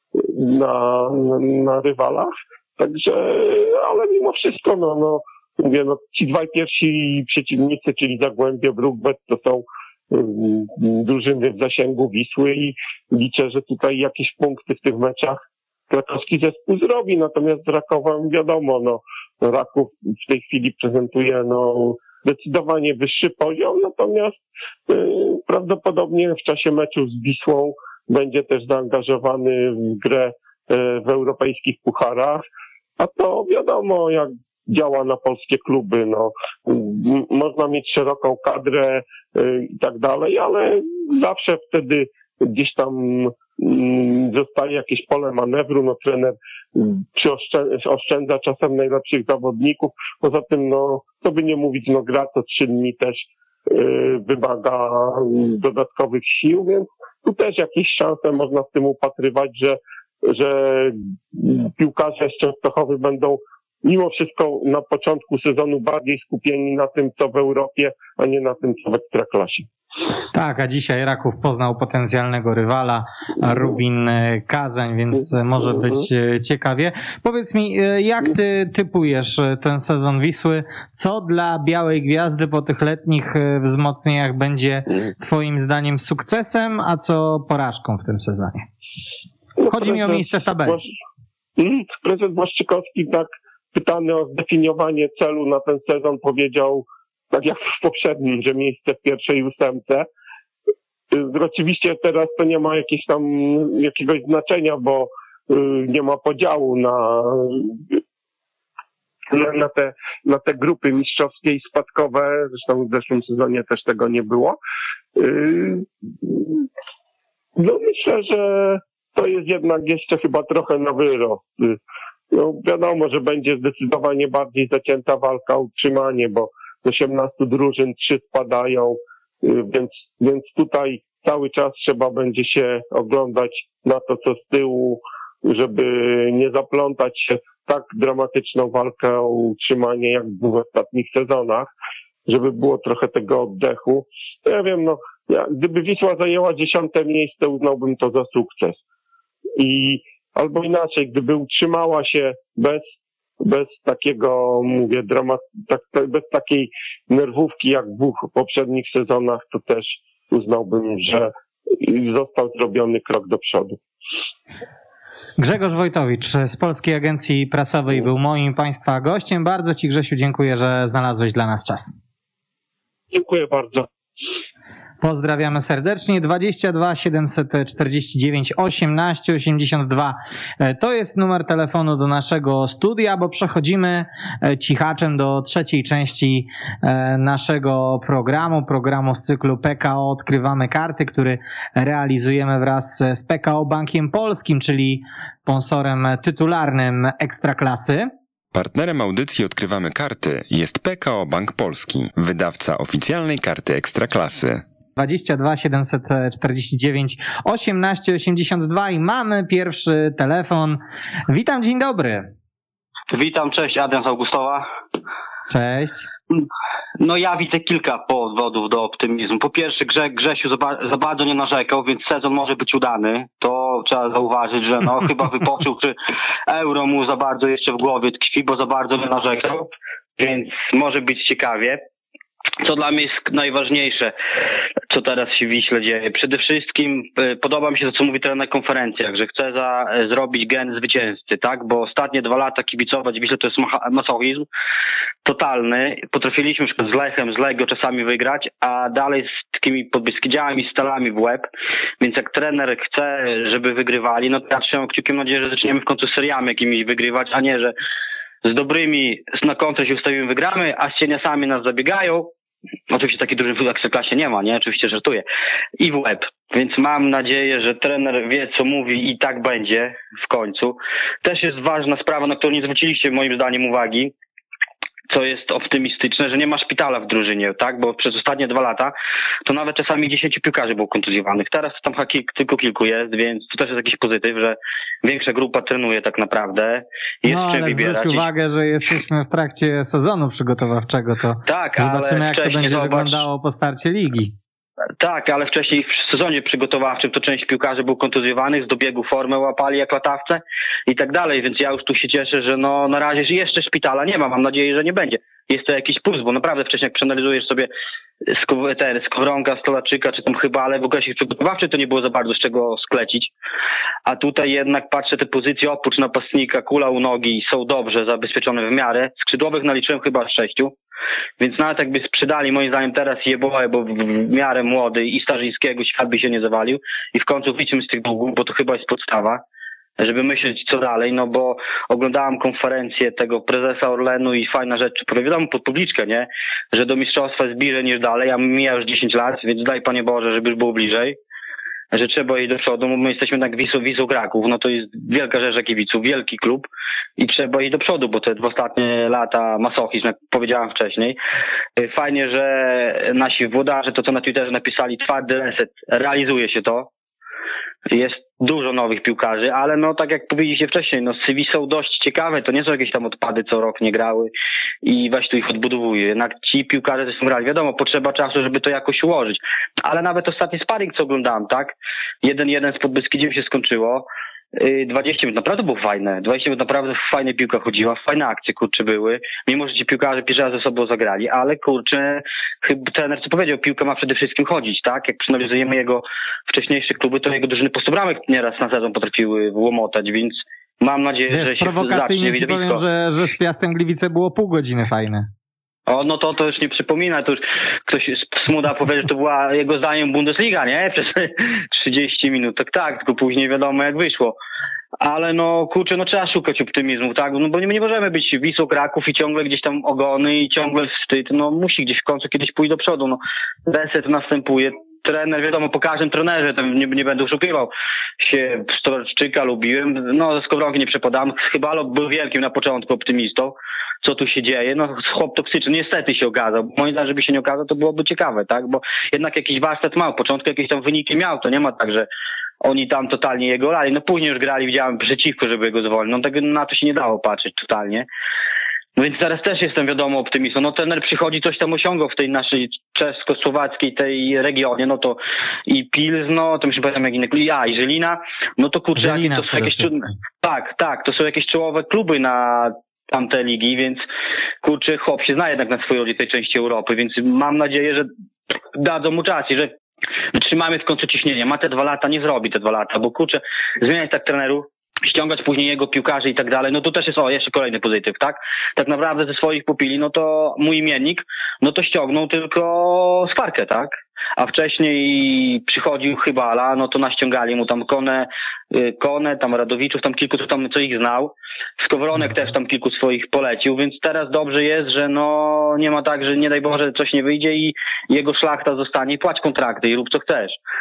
na, na, na rywalach. Także, ale mimo wszystko, no, no, mówię, no, ci dwaj pierwsi przeciwnicy, czyli Zagłębie, Brookbet, to są um, drużyny w zasięgu Wisły i liczę, że tutaj jakieś punkty w tych meczach krakowski zespół zrobi, natomiast z Rakowem wiadomo, no, Raków w tej chwili prezentuje, no, zdecydowanie wyższy poziom, natomiast y, prawdopodobnie w czasie meczu z Wisłą będzie też zaangażowany w grę y, w europejskich pucharach, a to wiadomo, jak działa na polskie kluby, no, m- można mieć szeroką kadrę y, i tak dalej, ale zawsze wtedy gdzieś tam y, zostaje jakieś pole manewru, no trener przyoszczędza, oszczędza czasem najlepszych zawodników, poza tym, no, co by nie mówić, no gra co trzy dni też y, wymaga dodatkowych sił, więc tu też jakieś szanse można w tym upatrywać, że, że piłkarze z Częstochowy będą mimo wszystko na początku sezonu bardziej skupieni na tym, co w Europie, a nie na tym, co w Ekstraklasie. Tak, a dzisiaj Raków poznał potencjalnego rywala, Rubin Kazań, więc może być ciekawie. Powiedz mi, jak ty typujesz ten sezon Wisły? Co dla Białej Gwiazdy po tych letnich wzmocnieniach będzie twoim zdaniem sukcesem, a co porażką w tym sezonie? Chodzi mi o miejsce w tabeli. Prezes Błaszczykowski, tak pytany o zdefiniowanie celu na ten sezon, powiedział, tak jak w poprzednim, że miejsce w pierwszej ósemce. Oczywiście teraz to nie ma jakiegoś tam jakiegoś znaczenia, bo nie ma podziału na, na, te, na te grupy mistrzowskie i spadkowe. Zresztą w zeszłym sezonie też tego nie było. No myślę, że to jest jednak jeszcze chyba trochę na wyrost. No wiadomo, że będzie zdecydowanie bardziej zacięta walka o utrzymanie, bo z osiemnastu drużyn trzy spadają, więc, więc tutaj cały czas trzeba będzie się oglądać na to, co z tyłu, żeby nie zaplątać się w tak dramatyczną walkę o utrzymanie, jak w ostatnich sezonach, żeby było trochę tego oddechu. Ja wiem, no, ja, gdyby Wisła zajęła dziesiąte miejsce, uznałbym to za sukces. I albo inaczej, gdyby utrzymała się bez bez takiego, mówię, dramat, tak, bez takiej nerwówki jak w dwóch poprzednich sezonach, to też uznałbym, że został zrobiony krok do przodu. Grzegorz Wojtowicz z Polskiej Agencji Prasowej był moim Państwa gościem. Bardzo Ci, Grzesiu, dziękuję, że znalazłeś dla nas czas. Dziękuję bardzo. Pozdrawiamy serdecznie. dwadzieścia dwa siedemset czterdzieści dziewięć osiemnaście osiemdziesiąt dwa to jest numer telefonu do naszego studia, bo przechodzimy cichaczem do trzeciej części naszego programu, programu z cyklu P K O Odkrywamy Karty, który realizujemy wraz z P K O Bankiem Polskim, czyli sponsorem tytularnym Ekstraklasy. Partnerem audycji Odkrywamy Karty jest P K O Bank Polski, wydawca oficjalnej karty Ekstraklasy. dwadzieścia dwa siedemset czterdzieści dziewięć osiemnaście osiemdziesiąt dwa i mamy pierwszy telefon. Witam, dzień dobry. Witam, cześć, Adrian z Augustowa. Cześć. No ja widzę kilka powodów do optymizmu. Po pierwsze, Grze, Grzesiu za, ba- za bardzo nie narzekał, więc sezon może być udany. To trzeba zauważyć, że no chyba wypoczął, czy euro mu za bardzo jeszcze w głowie tkwi, bo za bardzo nie narzekał, więc może być ciekawie. Co dla mnie jest najważniejsze, co teraz się w Wiśle dzieje. Przede wszystkim y, podoba mi się to, co mówi trener na konferencjach, że chce za, y, zrobić gen zwycięzcy, tak? Bo ostatnie dwa lata kibicować Wiśle to jest macha- masochizm totalny. Potrafiliśmy na przykład z Lechem, z Legio czasami wygrać, a dalej z takimi Podbeskidziami, Stalami w łeb. Więc jak trener chce, żeby wygrywali, no to ja trzymam kciukiem nadzieję, że zaczniemy w końcu seriami jakimiś wygrywać, a nie, że z dobrymi na kontrę się ustawimy, wygramy, a z cieniasami nas zabiegają. Oczywiście takiej drużyny w Ekstraklasie nie ma, nie? Oczywiście żartuję. I w łeb. Więc mam nadzieję, że trener wie, co mówi i tak będzie w końcu. Też jest ważna sprawa, na którą nie zwróciliście moim zdaniem uwagi, co jest optymistyczne, że nie ma szpitala w drużynie, tak? Bo przez ostatnie dwa lata to nawet czasami dziesięciu piłkarzy było kontuzjowanych. Teraz tam haki, tylko kilku jest, więc to też jest jakiś pozytyw, że większa grupa trenuje tak naprawdę. Jest no, czym ale wybierać. zwróć uwagę, że jesteśmy w trakcie sezonu przygotowawczego, to tak, zobaczymy, ale jak to będzie zobacz... wyglądało po starcie ligi. Tak, ale wcześniej w sezonie przygotowawczym to część piłkarzy był kontuzjowanych, z dobiegu formę łapali jak latawce i tak dalej, więc ja już tu się cieszę, że no na razie jeszcze szpitala nie ma, mam nadzieję, że nie będzie. Jest to jakiś puls, bo naprawdę wcześniej jak przeanalizujesz sobie ten Skowronka, Stolaczyka, czy tam chyba, ale w okresie przygotowawczym to nie było za bardzo z czego sklecić. A tutaj jednak patrzę, te pozycje oprócz napastnika, kula u nogi są dobrze zabezpieczone w miarę. Skrzydłowych naliczyłem chyba sześciu. Więc nawet jakby sprzedali moim zdaniem teraz Jebołę, bo w miarę młody i Starzyńskiego, świat by się nie zawalił i w końcu wyjdźmy z tych długów, bo to chyba jest podstawa, żeby myśleć co dalej, no bo oglądałem konferencję tego prezesa Orlenu i fajna rzecz, wiadomo pod publiczkę, nie, że do mistrzostwa jest bliżej niż dalej, a mija już dziesięć lat, więc daj Panie Boże, żeby już było bliżej, że trzeba iść do przodu, bo my jesteśmy tak Wisłą, Wisłą Kraków, no to jest wielka rzecz dla kibiców, wielki klub i trzeba iść do przodu, bo te dwa ostatnie lata masochizm, jak powiedziałem wcześniej. Fajnie, że nasi włodarze, to co na Twitterze napisali, twardy reset, realizuje się to. Jest dużo nowych piłkarzy, ale no tak jak powiedzieliście wcześniej, no C V są dość ciekawe, to nie są jakieś tam odpady, co rok nie grały i weź tu ich odbudowuje. Jednak ci piłkarze też są grali. Wiadomo, potrzeba czasu, żeby to jakoś ułożyć. Ale nawet ostatni sparring, co oglądałem, tak? jeden jeden z Podbeskidziem się skończyło. dwadzieścia minut naprawdę było fajne. dwadzieścia minut naprawdę fajna piłka chodziła, fajne akcje, kurczę, były. Mimo, że ci piłkarze pierwszy raz ze sobą zagrali, ale kurczę, chyba trener co powiedział, piłka ma przede wszystkim chodzić, tak? Jak przeanalizujemy jego wcześniejsze kluby, to jego drużyny po sto bramek nieraz na sezon potrafiły łomotać, więc mam nadzieję, Wiesz, że się prowokacyjnie zacznie ci powiem, że, że z Piastem Gliwice było pół godziny fajne. O, no to to już nie przypomina, to już ktoś z Smuda powiedział, że to była jego zdaniem Bundesliga, nie? Przez trzydzieści minut. Tak, tak, tylko później wiadomo jak wyszło. Ale no, kurczę, no trzeba szukać optymizmu, tak? No bo nie, nie możemy być Wisłą Kraków i ciągle gdzieś tam ogony i ciągle wstyd. No musi gdzieś w końcu kiedyś pójść do przodu, no. Reset następuje. Trener, wiadomo, po każdym trenerze, tam nie, nie będę oszukiwał się, Stolczyka lubiłem, no ze Skowronki nie przepadam, chyba był wielkim na początku optymistą, co tu się dzieje, no chłop toksyczny, niestety się okazał, moim zdaniem, żeby się nie okazał, to byłoby ciekawe, tak, bo jednak jakiś warsztat ma, w początku jakieś tam wyniki miał, to nie ma tak, że oni tam totalnie jego lali, no później już grali, widziałem przeciwko, żeby go zwolnić, no tak na to się nie dało patrzeć totalnie. No więc teraz też jestem, wiadomo, optymistą. No trener przychodzi, coś tam osiągał w tej naszej czesko-słowackiej tej regionie, no to i Pils, no to myślę, pamiętam jak inne kluby, ja i Żelina, no to kurczę, Żelina to są jakieś czołowe, tak, tak, to są jakieś czołowe kluby na tamte ligi, więc kurczę, chłop się zna jednak na swojej rodzinie tej części Europy, więc mam nadzieję, że dadzą mu czas i że wytrzymamy w końcu ciśnienie. Ma te dwa lata, nie zrobi te dwa lata, bo kurczę, zmieniać tak trenerów, ściągać później jego piłkarzy i tak dalej, no to też jest, o, jeszcze kolejny pozytyw, tak? Tak naprawdę ze swoich pupili, no to mój imiennik, no to ściągnął tylko Skwarkę, tak? A wcześniej przychodził Chybala, no to naściągali mu tam Konę, Konę, tam Radowiczów, tam kilku, co tam co ich znał. Skowronek też tam kilku swoich polecił, więc teraz dobrze jest, że no nie ma tak, że nie daj Boże coś nie wyjdzie i jego szlachta zostanie i płać kontrakty i rób co chcesz.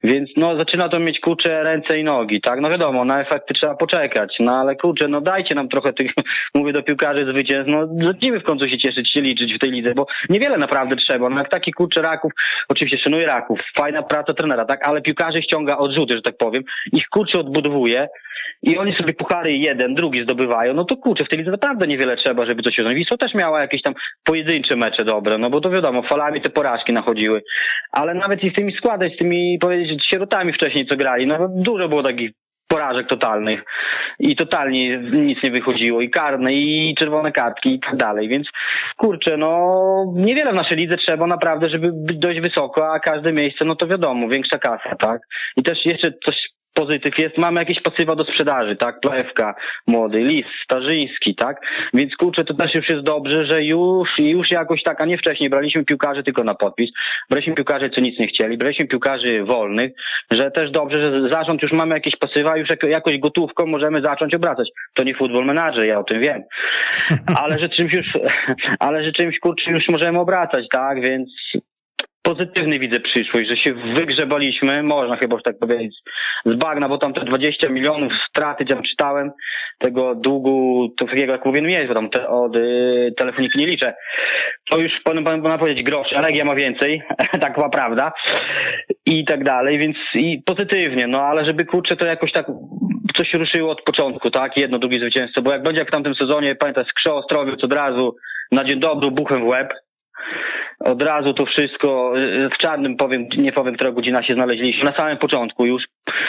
Więc no zaczyna to mieć, kurczę, ręce i nogi, tak? No wiadomo, na efekty trzeba poczekać, no ale kurczę, no dajcie nam trochę tych, mówię do piłkarzy zwycięstw, no zacznijmy w końcu się cieszyć, się liczyć w tej lidze, bo niewiele naprawdę trzeba, no jak taki kurczę Raków, oczywiście szanuję Raków, fajna praca trenera, tak? Ale piłkarzy ściąga odrzuty, że tak powiem, ich kurczę odbudowuje i oni sobie puchary jeden, drugi zdobywają, no to kurczę, w tej lidze naprawdę niewiele trzeba, żeby coś osiągnąć. Wisła też miała jakieś tam pojedyncze mecze dobre, no bo to wiadomo, falami te porażki nachodziły, ale nawet i z tymi składać, z tymi, powiedzieć, sierotami wcześniej co grali, no dużo było takich porażek totalnych i totalnie nic nie wychodziło, i karne, i czerwone kartki i tak dalej, więc kurczę, no niewiele w naszej lidze trzeba naprawdę, żeby być dość wysoko, a każde miejsce, no to wiadomo, większa kasa, tak? I też jeszcze coś pozytyw jest, mamy jakieś pasywa do sprzedaży, tak? Plewka, młody, Lis, Starzyński, tak? Więc kurczę, to też już jest dobrze, że już, już jakoś tak, a nie wcześniej braliśmy piłkarzy tylko na podpis, braliśmy piłkarzy, co nic nie chcieli, braliśmy piłkarzy wolnych, że też dobrze, że zarząd już mamy jakieś pasywa, już jakoś gotówką możemy zacząć obracać. To nie Football Manager, ja o tym wiem. Ale że czymś już, ale że czymś kurczę już możemy obracać, tak? Więc pozytywny widzę przyszłość, że się wygrzebaliśmy, można chyba już tak powiedzieć, z bagna, bo tam te dwadzieścia milionów straty, tam czytałem, tego długu, to takiego jak mówię, nie jest, bo tam te, od y, telefoniki nie liczę. To już można powiedzieć groszy, a Legia ma więcej, taka prawda, i tak dalej, więc i pozytywnie, no ale żeby kurczę to jakoś tak coś ruszyło od początku, tak, jedno, drugie zwycięstwo, bo jak będzie jak w tamtym sezonie, pamiętaj, Skrzo Ostrowiec od razu na dzień dobry buchem w łeb, od razu to wszystko w czarnym, powiem, nie powiem, która godzina się znaleźliśmy, na samym początku już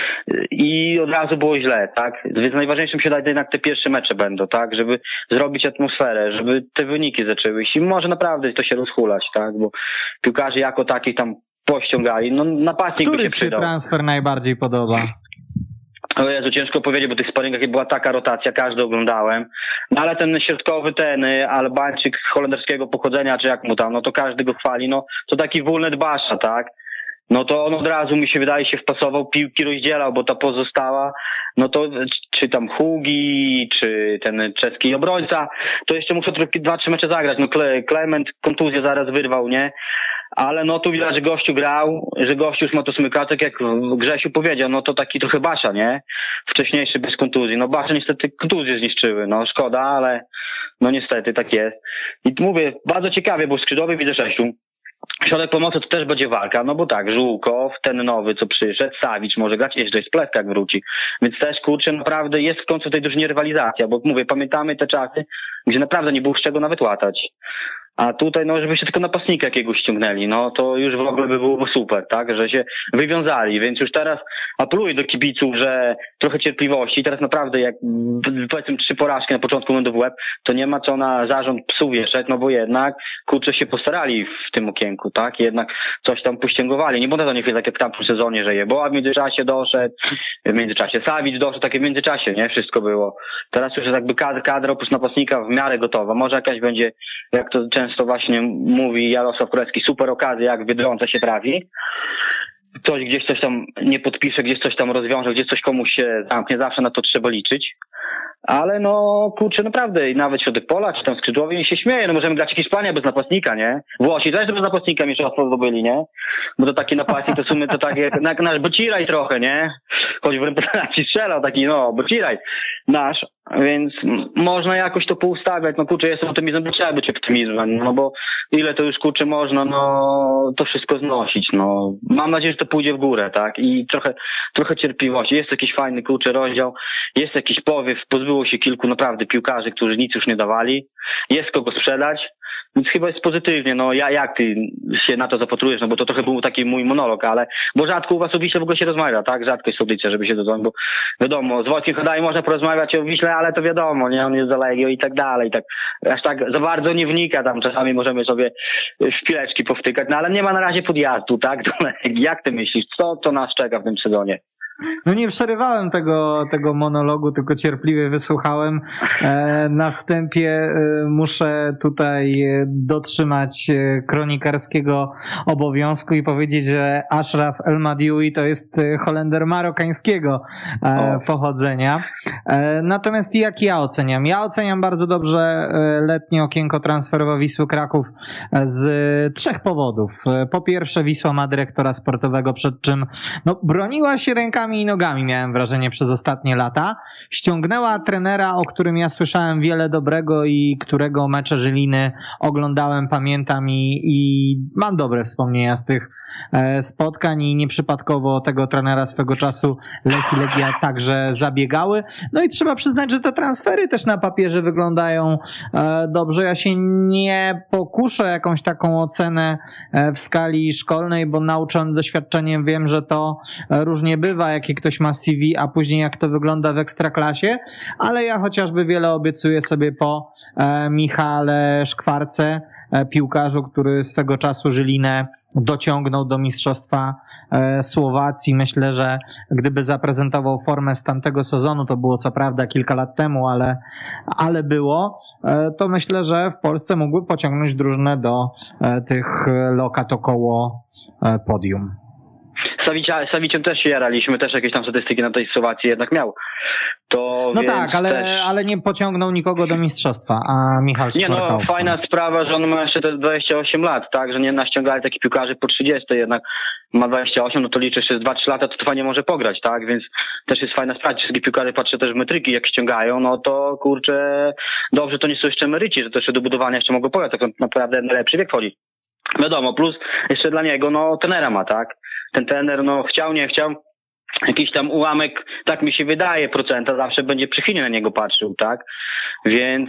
i od razu było źle, tak? Więc najważniejszym się daje jednak te pierwsze mecze będą, tak? Żeby zrobić atmosferę, żeby te wyniki zaczęły się i może naprawdę to się rozhulać, tak? Bo piłkarzy jako takich tam pościągali, no napastnik by się przydał. Który ci transfer najbardziej podoba? O Jezu, ciężko powiedzieć, bo tych sparingach była taka rotacja, każdy oglądałem. No ale ten środkowy, ten Albańczyk holenderskiego pochodzenia, czy jak mu tam, no to każdy go chwali, no to taki Wulnet Basza, tak? No to on od razu mi się wydaje się wpasował, piłki rozdzielał, bo ta pozostała, no to czy tam Hugi, czy ten czeski obrońca, to jeszcze muszę trochę dwa, trzy mecze zagrać, no Klement kontuzję zaraz wyrwał, nie? Ale no tu widać, że gościu grał, że gościu już ma to smyka, tak jak Grzesiu powiedział, no to taki trochę Basza, nie? Wcześniejszy bez kontuzji. No Basza niestety kontuzje zniszczyły, no szkoda, ale no niestety tak jest. I mówię, bardzo ciekawie, bo skrzydłowy widzę sześciu. Środek pomocy to też będzie walka, no bo tak, Żółkow, ten nowy, co przyszedł, Sawicz może grać, jeszcze jest Plewka, jak wróci. Więc też, kurczę, naprawdę jest w końcu tej drużynie rywalizacja, bo mówię, pamiętamy te czasy, gdzie naprawdę nie było z czego nawet łatać. A tutaj, no, żeby się tylko napastnika jakiegoś ściągnęli, no, to już w ogóle by było super, tak, że się wywiązali, więc już teraz apeluję do kibiców, że trochę cierpliwości, teraz naprawdę jak, powiedzmy, trzy porażki na początku będą w łeb, to nie ma co na zarząd psu wieszać, no bo jednak, kurczę, się postarali w tym okienku, tak, jednak coś tam pościągowali, nie będę to nie tak jak w tamtym sezonie, że Jeboa w międzyczasie doszedł, w międzyczasie Sawicz doszedł, takie w międzyczasie, nie, wszystko było. Teraz już jest jakby kadra, kadra oprócz napastnika w miarę gotowa, może jakaś będzie, jak to często właśnie mówi Jarosław Kurecki, super okazja, jak w Biedronce się trafi. Ktoś gdzieś coś tam nie podpisze, gdzieś coś tam rozwiąże, gdzieś coś komuś się zamknie, zawsze na to trzeba liczyć. Ale no, kurczę, naprawdę, i nawet środek pola, czy tam skrzydłowi się śmieje, no możemy grać w Hiszpanii bez napastnika, nie? Włosi też bez napastnika mistrzostwo zdobyli, nie? Bo to taki napastnik, to w sumie to tak jak nasz Bociraj trochę, nie? Choć w reprezentacji strzelał taki, no, Bociraj nasz, więc można jakoś to poustawiać, no kurczę, jestem optymizmem, bo trzeba być optymizmem, no bo ile to już, kurczę, można, no, to wszystko znosić, no. Mam nadzieję, że to pójdzie w górę, tak? I trochę, trochę cierpliwości. Jest jakiś fajny, kurczę, rozdział, jest jakiś powiew, pozbyło się kilku naprawdę piłkarzy, którzy nic już nie dawali, jest kogo sprzedać, więc chyba jest pozytywnie, no ja, jak ty się na to zapatrujesz, no bo to trochę był taki mój monolog, ale, bo rzadko u was o Wiśle w ogóle się rozmawia, tak, rzadko jest audycja, żeby się dozwonić, bo wiadomo, z Wojtkiem Chodaj można porozmawiać o Wiśle, ale to wiadomo, nie, on jest za Legią i tak dalej, tak, aż tak za bardzo nie wnika tam, czasami możemy sobie szpileczki powtykać, no ale nie ma na razie podjazdu, tak, do Legii. Jak ty myślisz, co to nas czeka w tym sezonie? No nie przerywałem tego, tego monologu, tylko cierpliwie wysłuchałem. Na wstępie muszę tutaj dotrzymać kronikarskiego obowiązku i powiedzieć, że Ashraf El Madioui to jest Holender marokańskiego o. pochodzenia. Natomiast jak ja oceniam? Ja oceniam bardzo dobrze letnie okienko transferowe Wisły Kraków z trzech powodów. Po pierwsze, Wisła ma dyrektora sportowego, przed czym no, broniła się rękami i nogami, miałem wrażenie, przez ostatnie lata. Ściągnęła trenera, o którym ja słyszałem wiele dobrego i którego mecze Żyliny oglądałem, pamiętam i, i mam dobre wspomnienia z tych e, spotkań i nieprzypadkowo tego trenera swego czasu Lech i Legia także zabiegały. No i trzeba przyznać, że te transfery też na papierze wyglądają e, dobrze. Ja się nie pokuszę jakąś taką ocenę e, w skali szkolnej, bo nauczony doświadczeniem wiem, że to różnie bywa, jakie ktoś ma C V, a później jak to wygląda w Ekstraklasie, ale ja chociażby wiele obiecuję sobie po e, Michale Szkwarce, e, piłkarzu, który swego czasu Żylinę dociągnął do mistrzostwa e, Słowacji. Myślę, że gdyby zaprezentował formę z tamtego sezonu, to było co prawda kilka lat temu, ale, ale było, e, to myślę, że w Polsce mógłby pociągnąć drużynę do e, tych lokat około e, podium. Sawicia, Sawiciem też się jaraliśmy, też jakieś tam statystyki na tej Słowacji jednak miał. To no tak, ale, też... ale nie pociągnął nikogo do mistrzostwa, a Michał Skwarka. Nie no, fajna sprawa, że on ma jeszcze te dwadzieścia osiem lat, tak, że nie naściągali takich piłkarzy po trzydzieści, jednak ma dwadzieścia osiem, no to liczę jeszcze dwa trzy lata, to fajnie może pograć, tak, więc też jest fajna sprawa. Wszystkie piłkarze, patrzę też w metryki, jak ściągają, no to kurczę, dobrze, to nie są jeszcze emeryci, że to jeszcze do budowania jeszcze mogą pograć, tak naprawdę najlepszy wiek wchodzi. Wiadomo, plus jeszcze dla niego, no, trenera ma, tak. Ten trener, no, chciał, nie chciał, jakiś tam ułamek, tak mi się wydaje, procenta zawsze będzie przychylnie na niego patrzył, tak. Więc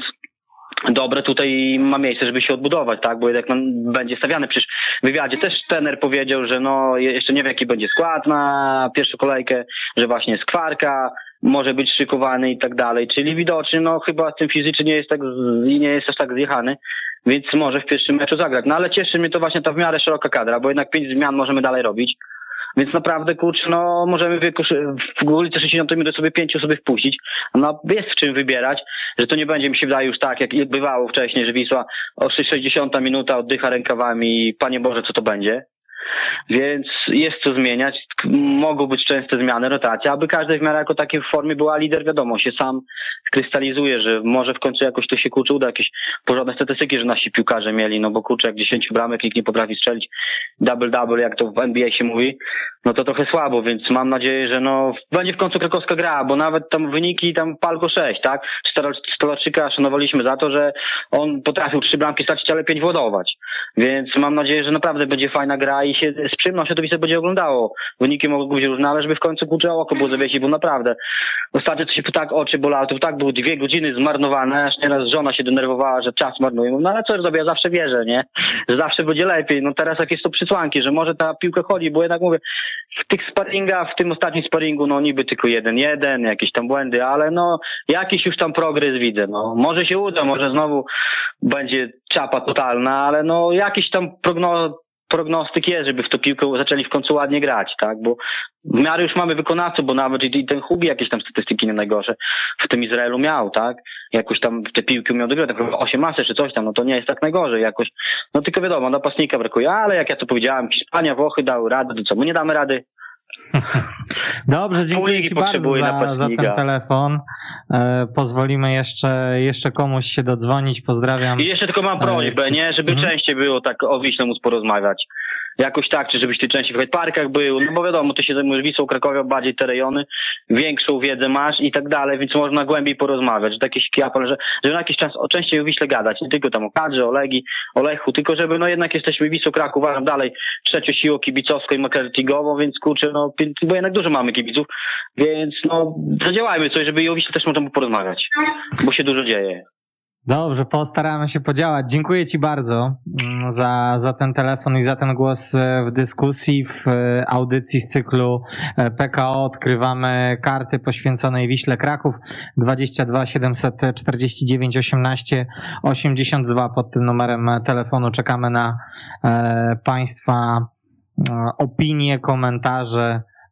dobre tutaj ma miejsce, żeby się odbudować, tak, bo jednak no, będzie stawiany. Przecież w wywiadzie też trener powiedział, że no, jeszcze nie wie, jaki będzie skład na pierwszą kolejkę, że właśnie Skwarka może być szykowany i tak dalej, czyli widocznie, no, chyba z tym fizycznie nie jest tak, nie jest aż tak zjechany. Więc może w pierwszym meczu zagrać. No ale cieszy mnie to właśnie ta w miarę szeroka kadra, bo jednak pięć zmian możemy dalej robić. Więc naprawdę, kurczę, no możemy wykorzy- w ulicy sześćdziesiątej minuty sobie pięciu sobie wpuścić. No jest w czym wybierać, że to nie będzie, mi się wydaje, już tak, jak bywało wcześniej, że Wisła o sześćdziesiąta minuta oddycha rękawami i Panie Boże, co to będzie. Więc jest co zmieniać, mogą być częste zmiany, rotacja, aby każdy w miarę jako takiej formie była lider, wiadomo, się sam krystalizuje, że może w końcu jakoś to się kurczę uda, jakieś porządne statystyki, że nasi piłkarze mieli, no bo kurczę, jak dziesięciu bramek nikt nie potrafi strzelić double-double, jak to w N B A się mówi, no to trochę słabo, więc mam nadzieję, że no będzie w końcu krakowska gra, bo nawet tam wyniki tam Palko sześć, tak? Stolarczyka szanowaliśmy za to, że on potrafił trzy bramki stracić, ale pięć władować, więc mam nadzieję, że naprawdę będzie fajna gra i się z przyjemnością to Wisła będzie oglądało. Wyniki mogą być różne, ale żeby w końcu kurczę oko było zawiesić, bo naprawdę ostatnio to się tak oczy bolały, to tak były dwie godziny zmarnowane, aż nieraz żona się denerwowała, że czas marnuje. No ale co robię, ja zawsze wierzę, nie? Że zawsze będzie lepiej. No teraz jak jest to przysłanki, że może ta piłka chodzi, bo jednak mówię, w tych sparingach, w tym ostatnim sparingu, no niby tylko jeden jeden, jakieś tam błędy, ale no jakiś już tam progres widzę, no. Może się uda, może znowu będzie czapa totalna, ale no jakiś tam prognoz prognostyk jest, żeby w tą piłkę zaczęli w końcu ładnie grać, tak, bo w miarę już mamy wykonawców, bo nawet i ten Hubi jakieś tam statystyki nie najgorsze w tym Izraelu miał, tak, jakoś tam te piłki umiał dograć, tak osiemnaście czy coś tam, no to nie jest tak najgorzej jakoś, no tylko wiadomo, napastnika brakuje, ale jak ja to powiedziałem, Hiszpania, Włochy dały radę, to co, my nie damy rady? Dobrze, dziękuję Ci bardzo za, za ten telefon. E, pozwolimy jeszcze, jeszcze komuś się dodzwonić. Pozdrawiam. I jeszcze tylko mam prośbę, nie, żeby hmm. częściej było tak o Wiśle móc porozmawiać. Jakoś tak, czy żebyś ty częściej w parkach był, no bo wiadomo, ty się zajmujesz Wisłą, Krakowią, bardziej te rejony, większą wiedzę masz i tak dalej, więc można głębiej porozmawiać, że taki apel, że, że na jakiś czas o częściej o Wiśle gadać, nie tylko tam o kadrze, o Legii, o Lechu, tylko żeby no jednak jesteśmy Wisłą, Kraków, uważam dalej trzecią siłą kibicowską i marketingową, więc kurczę, no bo jednak dużo mamy kibiców, więc no zadziałajmy coś, żeby i o Wiśle też można było porozmawiać, bo się dużo dzieje. Dobrze, postaramy się podziałać. Dziękuję Ci bardzo za, za ten telefon i za ten głos w dyskusji, w audycji z cyklu P K O. Odkrywamy karty poświęconej Wiśle Kraków dwadzieścia dwa siedemset czterdzieści dziewięć osiemnaście osiemdziesiąt dwa. Pod tym numerem telefonu czekamy na e, Państwa e, opinie, komentarze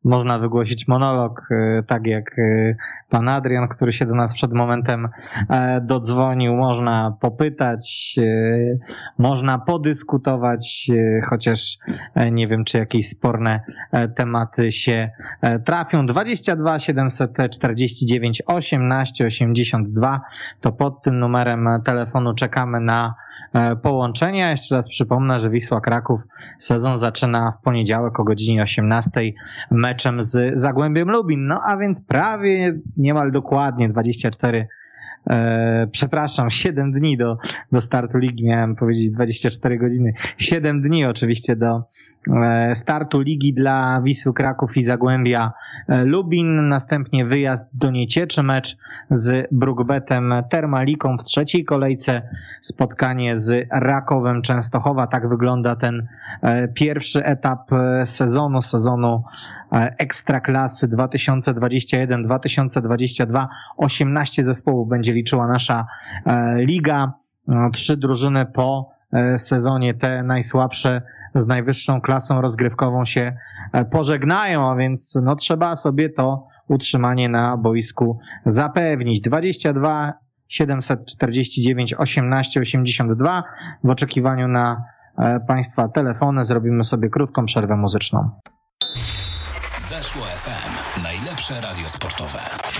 można wygłosić monolog, tak jak pan Adrian, który się do nas przed momentem dodzwonił. Można popytać, można podyskutować, chociaż nie wiem, czy jakieś sporne tematy się trafią. dwadzieścia dwa siedemset czterdzieści dziewięć osiemnaście osiemdziesiąt dwa to pod tym numerem telefonu czekamy na połączenia. Jeszcze raz przypomnę, że Wisła Kraków sezon zaczyna w poniedziałek o godzinie osiemnastej meczem z Zagłębiem Lubin. No a więc prawie niemal dokładnie dwadzieścia cztery E, przepraszam, siedem dni do, do startu ligi, miałem powiedzieć dwadzieścia cztery godziny, siedem dni oczywiście do e, startu ligi dla Wisły Kraków i Zagłębia e, Lubin, następnie wyjazd do Niecieczy, mecz z Brukbetem Termaliką w trzeciej kolejce, spotkanie z Rakowem Częstochowa. Tak wygląda ten e, pierwszy etap sezonu, sezonu e, Ekstraklasy dwa tysiące dwudziesty pierwszy dwa tysiące dwudziesty drugi. osiemnaście zespołów będzie liczyła nasza e, liga. Trzy drużyny po e, sezonie, te najsłabsze z najwyższą klasą rozgrywkową się e, pożegnają, a więc no, trzeba sobie to utrzymanie na boisku zapewnić. dwadzieścia dwa siedemset czterdzieści dziewięć osiemnaście osiemdziesiąt dwa. W oczekiwaniu na e, Państwa telefony zrobimy sobie krótką przerwę muzyczną. Weszło F M. Najlepsze radio sportowe.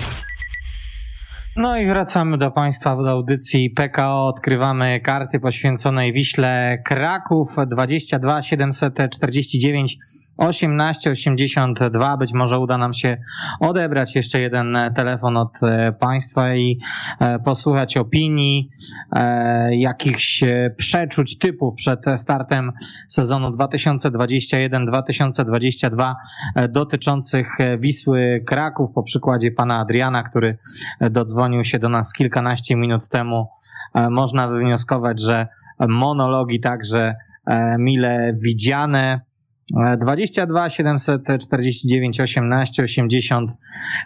No i wracamy do Państwa w audycji P K O. Odkrywamy karty poświęconej Wiśle Kraków. dwadzieścia dwa siedemset czterdzieści dziewięć osiemnaście osiemdziesiąt dwa. Być może uda nam się odebrać jeszcze jeden telefon od Państwa i posłuchać opinii, jakichś przeczuć, typów przed startem sezonu dwa tysiące dwudziesty pierwszy dwa tysiące dwudziesty drugi dotyczących Wisły Kraków, po przykładzie pana Adriana, który dodzwonił się do nas kilkanaście minut temu. Można wywnioskować, że monologi także mile widziane. dwadzieścia dwa siedemset czterdzieści dziewięć osiemnaście osiemdziesiąt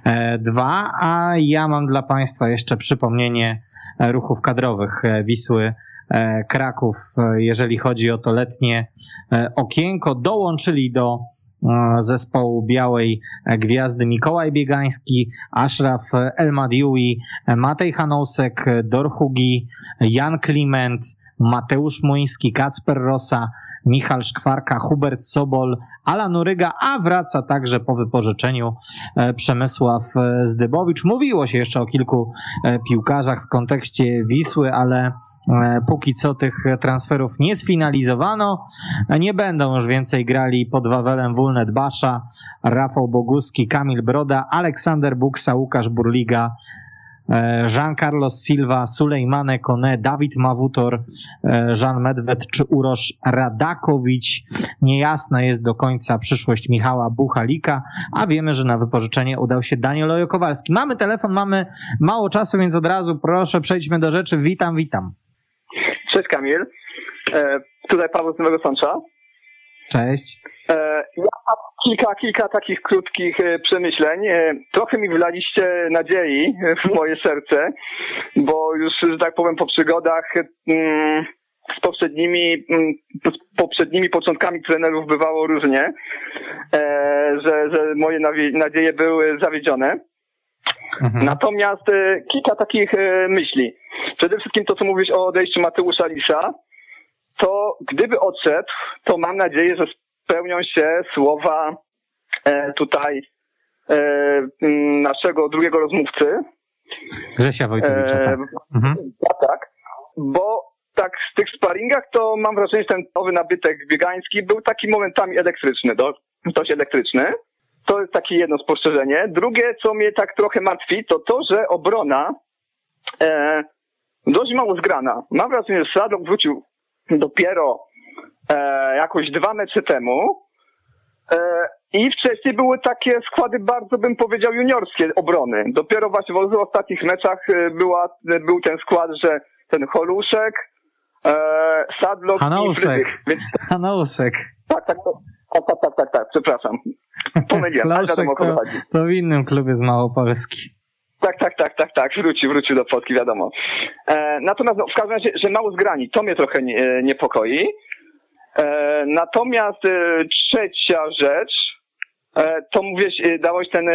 dwa, a ja mam dla Państwa jeszcze przypomnienie ruchów kadrowych Wisły Kraków, jeżeli chodzi o to letnie okienko. Dołączyli do zespołu Białej Gwiazdy Mikołaj Biegański, Ashraf Elmadiui, Matej Hanousek, Dorhugi, Jan Kliment, Mateusz Młyński, Kacper Rosa, Michał Szkwarka, Hubert Sobol, Alan Uryga, a wraca także po wypożyczeniu Przemysław Zdybowicz. Mówiło się jeszcze o kilku piłkarzach w kontekście Wisły, ale póki co tych transferów nie sfinalizowano. Nie będą już więcej grali pod Wawelem Wólnet Basza, Rafał Boguski, Kamil Broda, Aleksander Buksa, Łukasz Burliga, Jean Carlos Silva, Sulejmane Kone, Dawid Mawutor, Jean Medved czy Urosz Radakowicz. Niejasna jest do końca przyszłość Michała Buchalika, a wiemy, że na wypożyczenie udał się Daniel Ojo-Kowalski. Mamy telefon, mamy mało czasu, więc od razu proszę, przejdźmy do rzeczy. Witam, witam. Cześć Kamil, e, tutaj Paweł z Nowego Sącza. Cześć. E, ja mam kilka, kilka takich krótkich e, przemyśleń. E, trochę mi wylaliście nadziei w moje serce, bo już, że tak powiem, po przygodach mm, z poprzednimi, mm, z poprzednimi początkami trenerów bywało różnie, e, że, że moje nadzieje były zawiedzione. Mhm. Natomiast e, kilka takich e, myśli. Przede wszystkim to, co mówisz o odejściu Mateusza Lisa, to gdyby odszedł, to mam nadzieję, że spełnią się słowa e, tutaj e, naszego drugiego rozmówcy. Grzesia Wojtowicza, tak. E, mhm. Tak, bo tak z tych sparingach to mam wrażenie, że ten nowy nabytek biegański był taki momentami elektryczny, do, dość elektryczny. To jest takie jedno spostrzeżenie. Drugie, co mnie tak trochę martwi, to to, że obrona e, dość mało zgrana. Mam wrażenie, że Sadok wrócił dopiero e, jakoś dwa mecze temu e, i wcześniej były takie składy bardzo, bym powiedział, juniorskie obrony. Dopiero właśnie w ostatnich meczach była, był ten skład, że ten Holuszek, e, Sadlok Hanousek. i Frydyk. Więc... Hanousek. Tak, tak, tak, tak, tak, tak, tak, przepraszam. Pomyliłem, ale wiadomo, o co chodzi. To w innym klubie z Małopolski. Tak, tak, tak, tak, tak, wrócił, wrócił do Polski, wiadomo. E, natomiast no, w każdym razie, że mało zgrani, to mnie trochę nie, niepokoi. E, natomiast e, trzecia rzecz, To mówisz, dałeś ten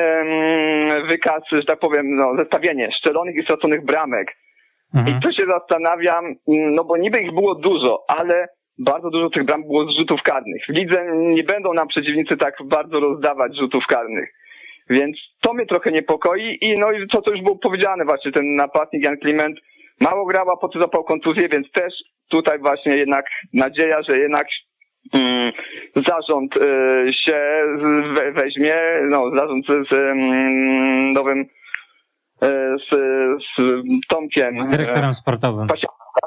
wykaz, że tak powiem, no, zestawienie szczelonych i straconych bramek. Mhm. I tu się zastanawiam, no bo niby ich było dużo, ale bardzo dużo tych bram było z rzutów karnych. W lidze nie będą nam przeciwnicy tak bardzo rozdawać rzutów karnych. Więc to mnie trochę niepokoi i no i to, co już było powiedziane właśnie, ten napastnik Jan Kliment mało grał, a potem zapał kontuzję, więc też tutaj właśnie jednak nadzieja, że jednak mm, zarząd y, się we, weźmie, no zarząd z, z mm, nowym y, z, z Tomkiem. Dyrektorem sportowym. Pasie,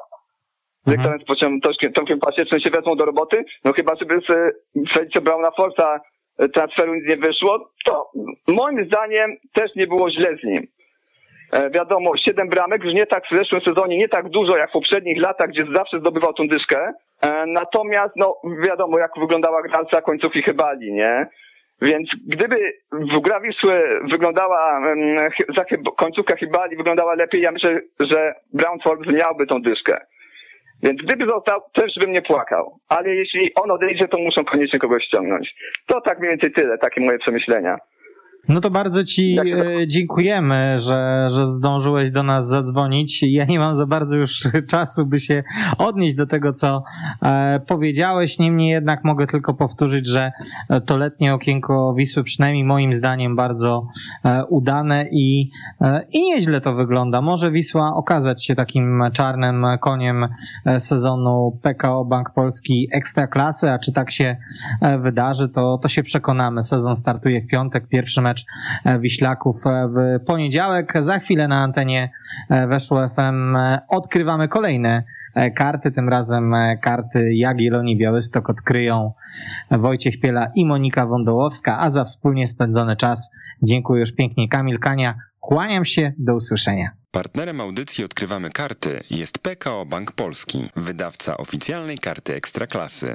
dyrektorem mhm. sportowym Tomkiem, Tomkiem Pasiecznym się wezmą do roboty, no chyba żeby z Felicia Brauna Forsa transferu nic nie wyszło, to moim zdaniem też nie było źle z nim. E, wiadomo, siedem bramek, już nie tak w zeszłym sezonie, nie tak dużo jak w poprzednich latach, gdzie zawsze zdobywał tą dyszkę. E, natomiast, no wiadomo, jak wyglądała gra końcówki Chybali, nie? Więc gdyby w gra Wisły wyglądała, um, za końcówka Chybali wyglądała lepiej, ja myślę, że Brown Forbes miałby tą dyszkę. Więc gdyby został, też bym nie płakał. Ale jeśli on odejdzie, to muszą koniecznie kogoś ściągnąć. To tak mniej więcej tyle, takie moje przemyślenia. No to bardzo ci dziękujemy, że, że zdążyłeś do nas zadzwonić. Ja nie mam za bardzo już czasu, by się odnieść do tego, co e, powiedziałeś. Niemniej jednak mogę tylko powtórzyć, że to letnie okienko Wisły przynajmniej moim zdaniem bardzo e, udane i, e, i nieźle to wygląda. Może Wisła okazać się takim czarnym koniem sezonu P K O Bank Polski Ekstraklasy, a czy tak się wydarzy, to, to się przekonamy. Sezon startuje w piątek, pierwszy mecz Wiślaków w poniedziałek. Za chwilę na antenie Weszło F M odkrywamy kolejne karty, tym razem karty Jagiellonii Białystok odkryją Wojciech Piela i Monika Wądołowska, a za wspólnie spędzony czas dziękuję już pięknie Kamil Kania. Kłaniam się, do usłyszenia. Partnerem audycji Odkrywamy Karty jest P K O Bank Polski, wydawca oficjalnej karty Ekstraklasy.